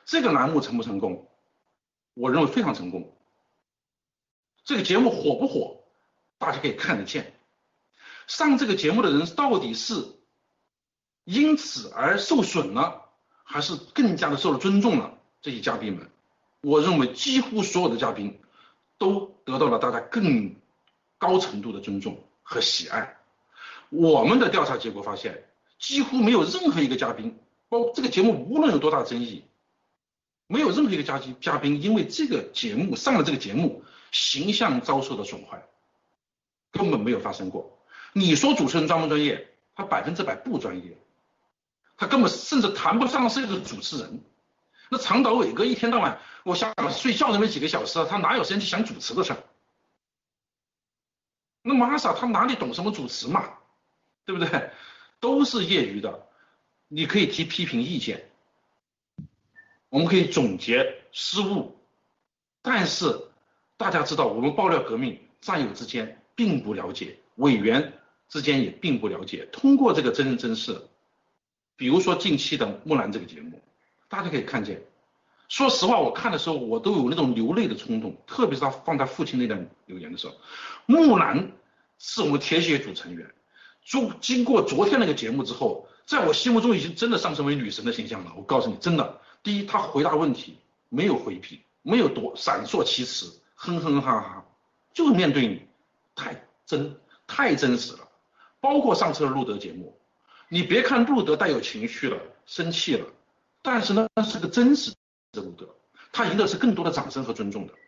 这个栏目成不成功？我认为非常成功。这个节目火不火？大家可以看得见。上这个节目的人到底是因此而受损了，还是更加的受了尊重了？这些嘉宾们，我认为几乎所有的嘉宾都得到了大家更高程度的尊重和喜爱。我们的调查结果发现，几乎没有任何一个嘉宾，包括这个节目无论有多大争议，没有任何一个嘉宾嘉宾因为这个节目上了这个节目形象遭受的损坏，根本没有发生过。你说主持人专不专业？他百分之百不专业，他根本甚至谈不上是一个主持人。那长岛伟哥一天到晚，我想睡觉那么几个小时，他哪有时间去想主持的事儿？那玛莎他哪里懂什么主持嘛？对不对？都是业余的，你可以提批评意见，我们可以总结失误，但是大家知道，我们爆料革命战友之间并不了解，委员之间也并不了解。通过这个真人真事，比如说近期的木兰这个节目，大家可以看见，说实话，我看的时候我都有那种流泪的冲动，特别是他放他父亲那段留言的时候。木兰是我们铁血组成员，就经过昨天那个节目之后，在我心目中已经真的上升为女神的形象了。我告诉你，真的，第一，她回答问题没有回避，没有躲闪烁其词，哼哼哈哈，就是面对你，太真太真实了。包括上次的路德节目，你别看路德带有情绪了，生气了，但是呢，那是个真实的路德，他赢的是更多的掌声和尊重的。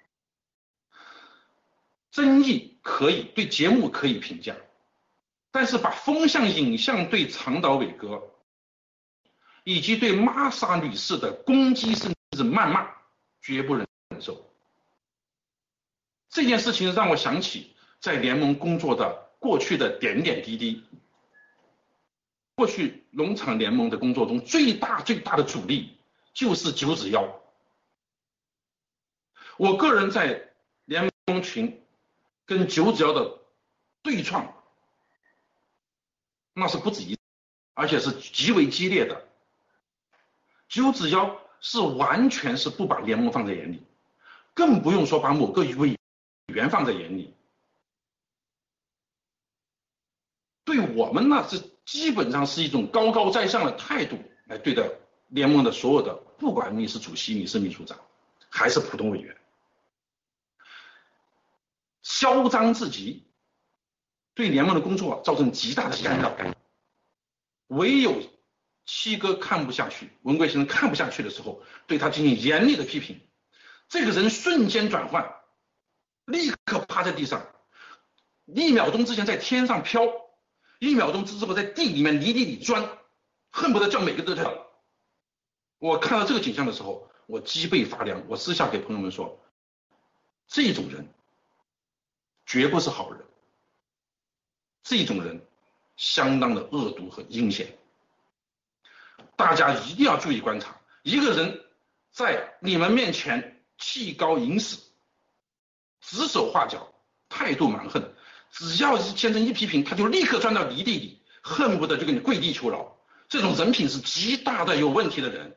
争议可以，对节目可以评价，但是把风向引向对长岛伟哥以及对玛莎女士的攻击甚至谩骂，绝不忍受。这件事情让我想起在联盟工作的过去的点点滴滴。过去农场联盟的工作中最大最大的阻力就是九指妖。我个人在联盟群跟九指妖的对创，那是不止一次，而且是极为激烈的。九指妖是完全是不把联盟放在眼里，更不用说把某个委员放在眼里。对我们呢是基本上是一种高高在上的态度来对待联盟的所有的，不管你是主席，你是秘书长，还是普通委员，嚣张至极，对联盟的工作造成极大的干扰。唯有七哥看不下去，文贵先生看不下去的时候，对他进行严厉的批评，这个人瞬间转换，立刻趴在地上，一秒钟之前在天上飘，一秒钟之后在地里面泥地里钻，恨不得叫每个都跳。我看到这个景象的时候，我脊背发凉。我私下给朋友们说，这种人绝不是好人，这种人相当的恶毒和阴险。大家一定要注意观察，一个人在你们面前气高饮死，指手画脚，态度蛮横，只要是先生一批评，他就立刻钻到泥地里，恨不得就给你跪地求饶。这种人品是极大的有问题的人。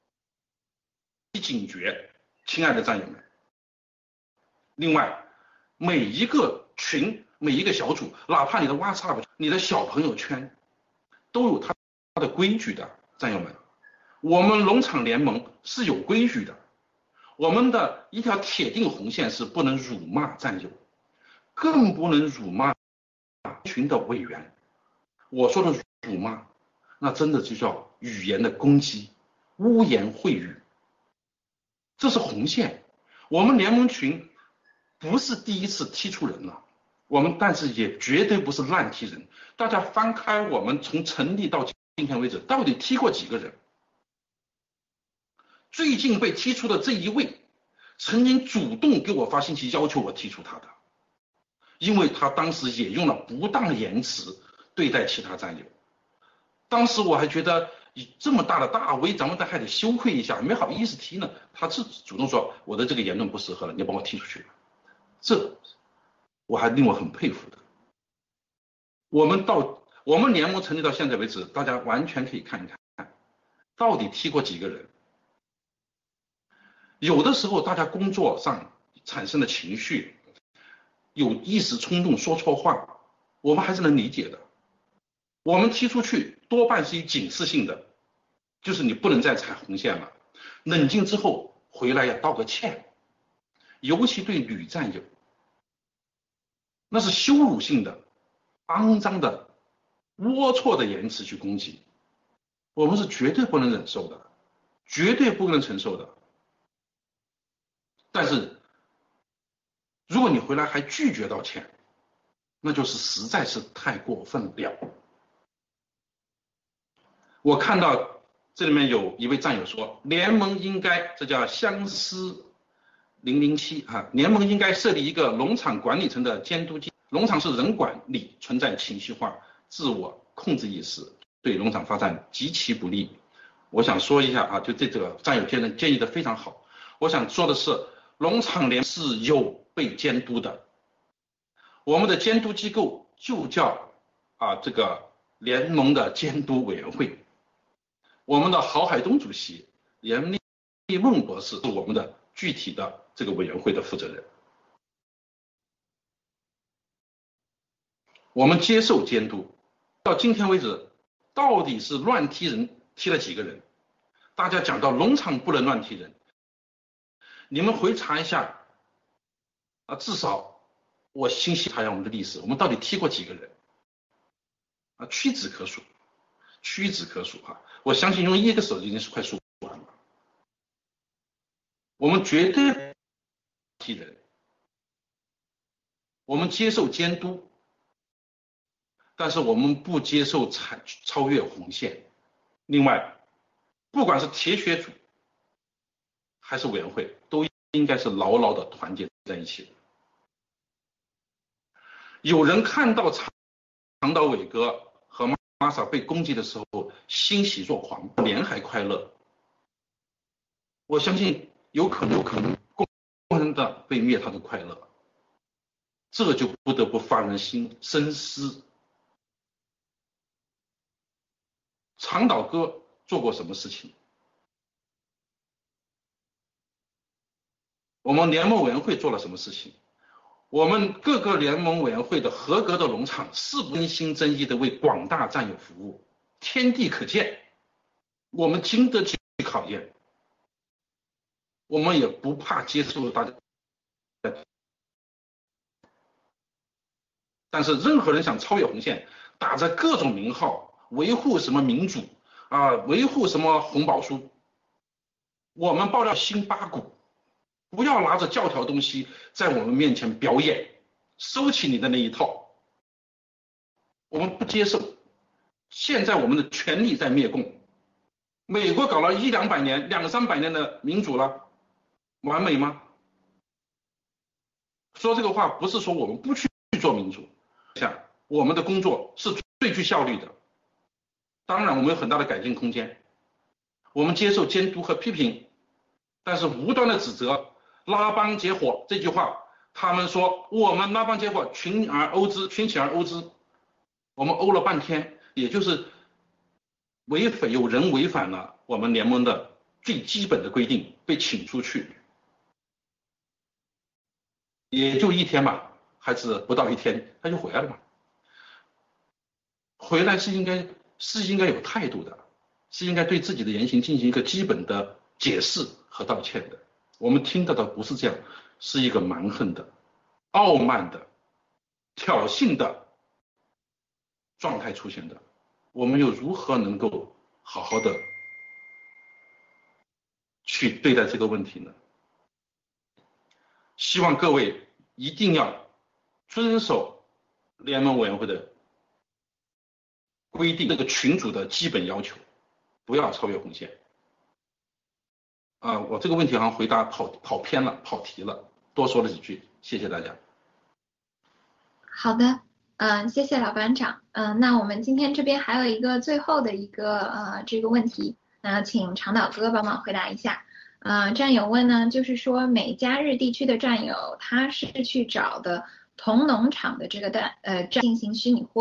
警觉，亲爱的战友们。另外，每一个群，每一个小组，哪怕你的 WhatsApp， 你的小朋友圈，都有它的规矩的，战友们。我们农场联盟是有规矩的，我们的一条铁定红线是不能辱骂战友，更不能辱骂群的委员。我说的辱骂，那真的就叫语言的攻击，污言秽语，这是红线。我们联盟群不是第一次踢出人了，我们但是也绝对不是乱踢人。大家翻开我们从成立到今天为止，到底踢过几个人？最近被踢出的这一位，曾经主动给我发信息要求我踢出他的，因为他当时也用了不当言辞对待其他战友。当时我还觉得这么大的大 V， 咱们还得羞愧一下，没好意思踢呢。他是主动说我的这个言论不适合了，你把我踢出去了。这我还令我很佩服的。我们到我们联盟成立到现在为止，大家完全可以看一看，到底踢过几个人。 有的时候大家工作上产生的情绪，有一时冲动说错话，我们还是能理解的。我们踢出去多半是以警示性的，就是你不能再踩红线了。冷静之后回来要道个歉，尤其对女战友，那是羞辱性的、肮脏的、龌龊的言辞去攻击，我们是绝对不能忍受的，绝对不能承受的。但是如果你回来还拒绝道歉，那就是实在是太过分了。我看到这里面有一位战友说，联盟应该，这叫相思零零七啊，联盟应该设立一个农场管理层的监督机制。农场是人管理，存在情绪化、自我控制意识，对农场发展极其不利。我想说一下啊，就这个战友建议建议的非常好。我想说的是，农场联是有被监督的，我们的监督机构就叫啊这个联盟的监督委员会。我们的郝海东主席、严立梦博士是我们的具体的这个委员会的负责人。我们接受监督，到今天为止，到底是乱踢人踢了几个人？大家讲到农场不能乱踢人，你们回查一下啊，至少我清晰查一下我们的历史，我们到底踢过几个人？啊，屈指可数，屈指可数哈。我相信用一个手已经是快数完了。我们绝对踢人，我们接受监督，但是我们不接受超超越红线。另外，不管是铁血组还是委员会，都应该是牢牢的团结在一起的。有人看到长长岛伟哥和玛莎被攻击的时候欣喜若狂，连还快乐。我相信有可能有可能共同的被灭他的快乐，这就不得不发人心深思。长岛哥做过什么事情？我们联盟委员会做了什么事情？我们各个联盟委员会的合格的农场是不真心真意的为广大战友服务，天地可见，我们经得起考验，我们也不怕接受大家。但是任何人想超越红线，打着各种名号，维护什么民主啊，维护什么红宝书，我们爆料辛巴谷，不要拿着教条东西在我们面前表演，收起你的那一套，我们不接受。现在我们的权力在灭共，美国搞了一两百年、两三百年的民主了，完美吗？说这个话不是说我们不去做民主，像我们的工作是最具效率的，当然我们有很大的改进空间，我们接受监督和批评，但是无端的指责拉帮结伙这句话，他们说我们拉帮结伙，群而殴之，群起而殴之，我们殴了半天，也就是违反有人违反了我们联盟的最基本的规定，被请出去，也就一天吧，还是不到一天他就回来了嘛。回来是应该是应该有态度的，是应该对自己的言行进行一个基本的解释和道歉的。我们听到的不是这样，是一个蛮横的、傲慢的、挑衅的状态出现的，我们又如何能够好好的去对待这个问题呢？希望各位一定要遵守联盟委员会的规定，这个群组的基本要求，不要超越红线。啊，我这个问题好像回答跑跑偏了，跑题了，多说了几句，谢谢大家。 好的，嗯、呃，谢谢老班长。嗯、呃，那我们今天这边还有一个最后的一个呃这个问题，那请长岛哥帮忙回答一下。呃，战友问呢，就是说美加日地区的战友他是去找的同农场的这个蛋呃进行虚拟货币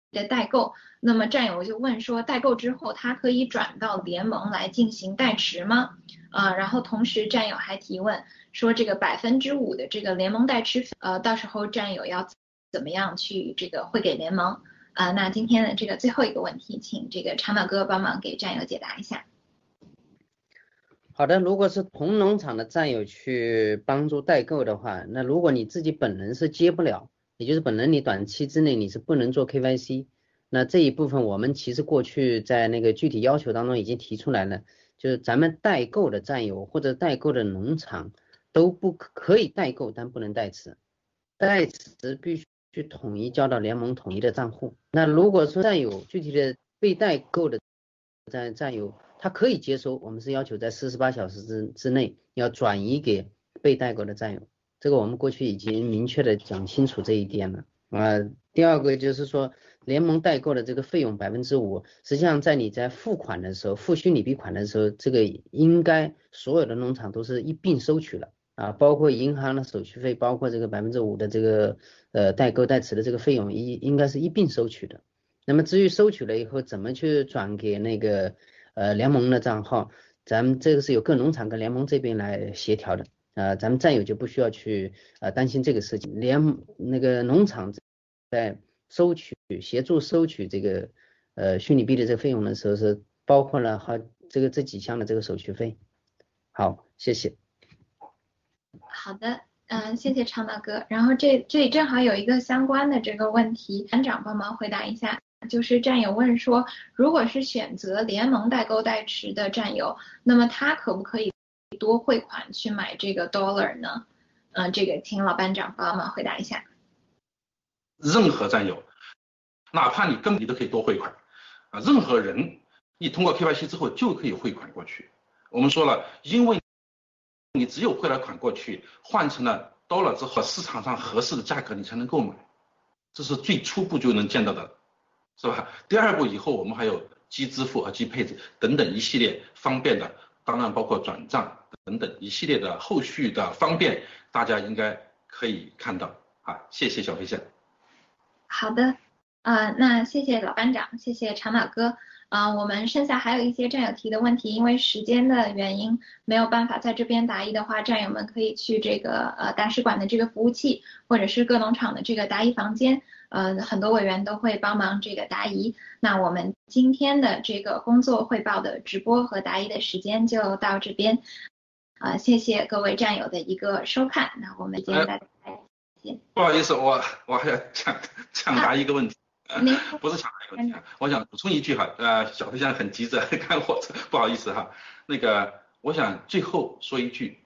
的代购。那么战友就问说，代购之后他可以转到联盟来进行代持吗？呃，然后同时战友还提问说，这个百分之五的这个联盟代持，呃，到时候战友要怎么样去这个汇给联盟？呃，那今天的这个最后一个问题，请这个长岛哥帮忙给战友解答一下。 好的，如果是同农场的战友去帮助代购的话，那如果你自己本人是接不了，也就是本人你短期之内你是不能做 K Y C， 那这一部分我们其实过去在那个具体要求当中已经提出来了，就是咱们代购的战友或者代购的农场都不可以代购，但不能代持，代持必须去统一交到联盟统一的账户。那如果说战友具体的被代购的战战友，他可以接收，我们是要求在四十八小时之之内要转移给被代购的战友，这个我们过去已经明确的讲清楚这一点了啊。第二个就是说，联盟代购的这个费用百分之五，实际上在你在付款的时候，付虚拟币款的时候，这个应该所有的农场都是一并收取了啊，包括银行的手续费，包括这个百分之五的这个呃代购代持的这个费用，应应该是一并收取的。那么至于收取了以后怎么去转给那个呃联盟的账号，咱们这个是由各农场跟联盟这边来协调的，呃，咱们战友就不需要去呃担心这个事情。联那个农场在收取协助收取这个呃虚拟币的这个费用的时候，是包括了好这个这几项的这个手续费。好，谢谢。 好的，嗯、呃，谢谢长岛哥。然后这这里正好有一个相关的这个问题，班长帮忙回答一下。就是战友问说，如果是选择联盟代购代持的战友，那么他可不可以多汇款去买这个 dollar 呢？嗯、呃，这个请老班长帮忙回答一下。 任何战友，哪怕你根本你都可以多汇款啊，任何人你通过 K Y C 之后就可以汇款过去。我们说了，因为你只有汇了款过去，换成了 dollar 之后，市场上合适的价格你才能购买，这是最初步就能见到的。是吧？第二步以后我们还有机支付和机配置等等一系列方便的，当然包括转账等等一系列的后续的方便，大家应该可以看到啊。谢谢小飞象。 好的，呃，那谢谢老班长，谢谢长岛哥。呃，我们剩下还有一些战友提的问题，因为时间的原因没有办法在这边答疑的话，战友们可以去这个呃大使馆的这个服务器，或者是各农场的这个答疑房间。呃，很多委员都会帮忙这个答疑。那我们今天的这个工作汇报的直播和答疑的时间就到这边。呃，谢谢各位战友的一个收看。那我们今天大家再见。 不好意思，我我还要抢抢答一个问题。 啊、 不是抢答一个问题，我想补充一句哈，呃，小飞象很急着赶火车，不好意思哈。那个，我想最后说一句，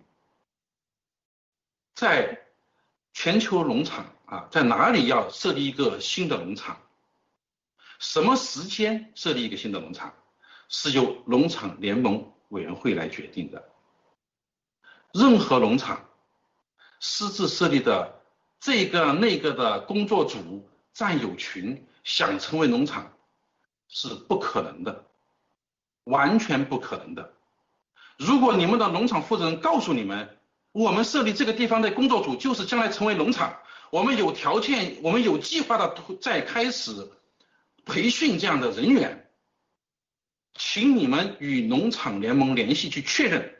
在全球农场啊，在哪里要设立一个新的农场？什么时间设立一个新的农场，是由农场联盟委员会来决定的。任何农场私自设立的这个那个的工作组、战友群想成为农场是不可能的，完全不可能的。如果你们的农场负责人告诉你们，我们设立这个地方的工作组就是将来成为农场，我们有条件，我们有计划的在开始培训这样的人员，请你们与农场联盟联系去确认，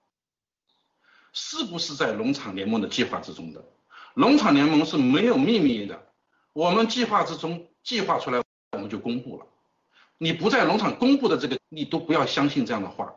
是不是在农场联盟的计划之中的。农场联盟是没有秘密的，我们计划之中计划出来我们就公布了，你不在农场公布的这个你都不要相信这样的话。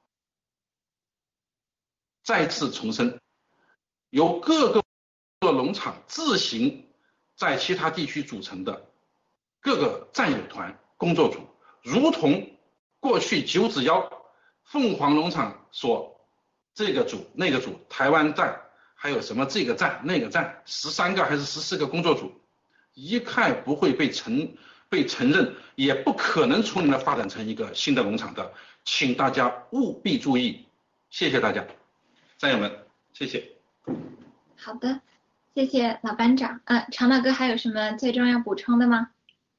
再次重申，由各个农场自行在其他地区组成的各个战友团工作组，如同过去九指幺凤凰农场所这个组那个组台湾站还有什么这个站那个站十三个还是十四个工作组，一概不会被承被承认，也不可能从你们发展成一个新的农场的，请大家务必注意。谢谢大家，战友们，谢谢。 好的，谢谢老班长。呃，长岛哥还有什么最终要补充的吗？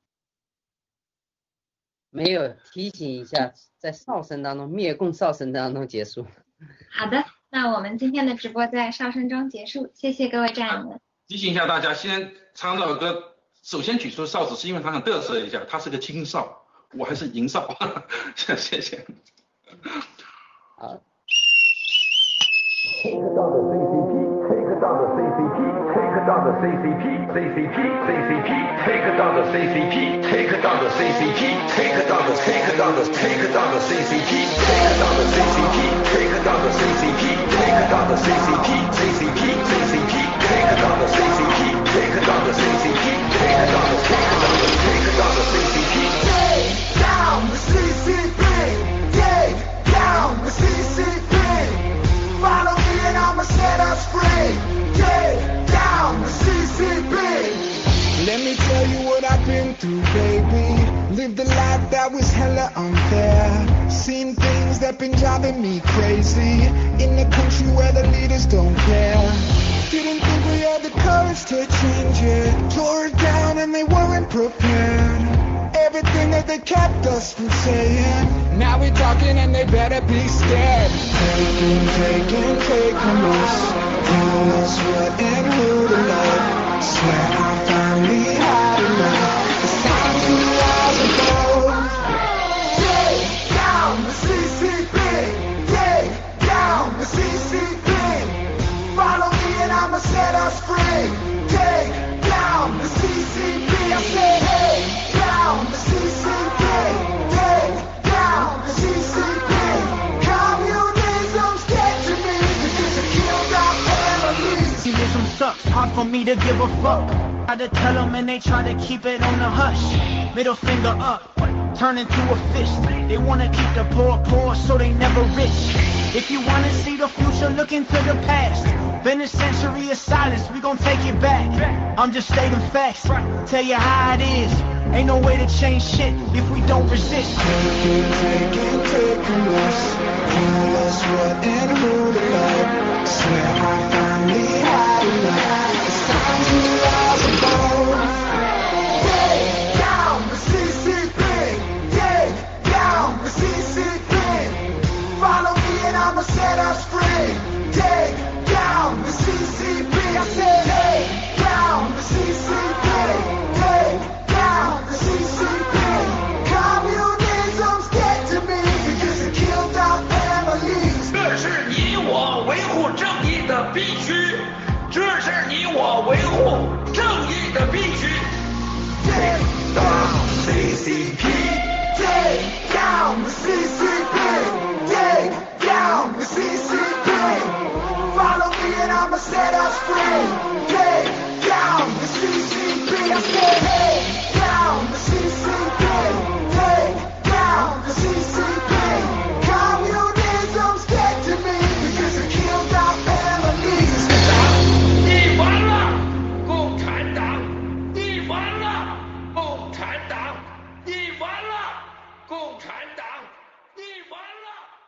没有，提醒一下，在哨声当中，灭共哨声当中结束。 好的，那我们今天的直播在哨声中结束，谢谢各位战友们。 提醒一下大家，先长岛哥首先举出哨子是因为他想嘚瑟一下，他是个青哨，我还是银哨。谢谢。 好。 Take it down to C C P, take it down to C C P, take it down to C C P, C C P, C C P, take it down to C C P, take it down to C C P, take it down to take it down to take it down to C C P, take it down to C C P, take it down to C C P, take it down to C C P, C C P, C C P, take it down to C C P, take it down to C C P, take it down to take it down to take it down to C C P, take down the C C P, take down the C C P. Follow me and I'ma set us free. Take down the C C P. Let me tell you what I've been through, baby. Lived a life that was hella unfair. Seen things that been driving me crazy. In a country where the leaders don't care. Didn't think we had the courage to change it. Tore it down and they weren't prepared. Everything that they kept us from saying. Now we're talking and they better be scared. Taking, taking, taking us. Tell us what and who to love. Swear I finally had enough. It's time to rise above. Take down the C C P. Take down the C C P. Follow me and I'ma set us free. Take down the C C P. I say hey. Down the C C P, take down the C C P. Communism's dead to me because it killed our families. Communism sucks, hard for me to give a fuck. Try to tell them and they try to keep it on the hush. Middle finger up, turn into a fist. They wanna keep the poor poor so they never rich. If you wanna see the future, look into the past. Been a century of silence, we gon' take it back. I'm just stating facts, tell you how it is. Ain't no way to change shit if we don't resist. Taking, taking, taking us. Tell us what and who to love. Swear I finally had enough. It's time to rise above. Take down the C C P. Take down the C C P. Follow me and I'ma set us free. Take down the C C P. I said take down the C C P. Take down the C C P. Communism's dead to me because it killed our families. 这是你我维护正义的必须，这是你我维护正义的必须。 Take down C C P. Take down the C C P. Take down the C C P. Follow me and I'ma set us free.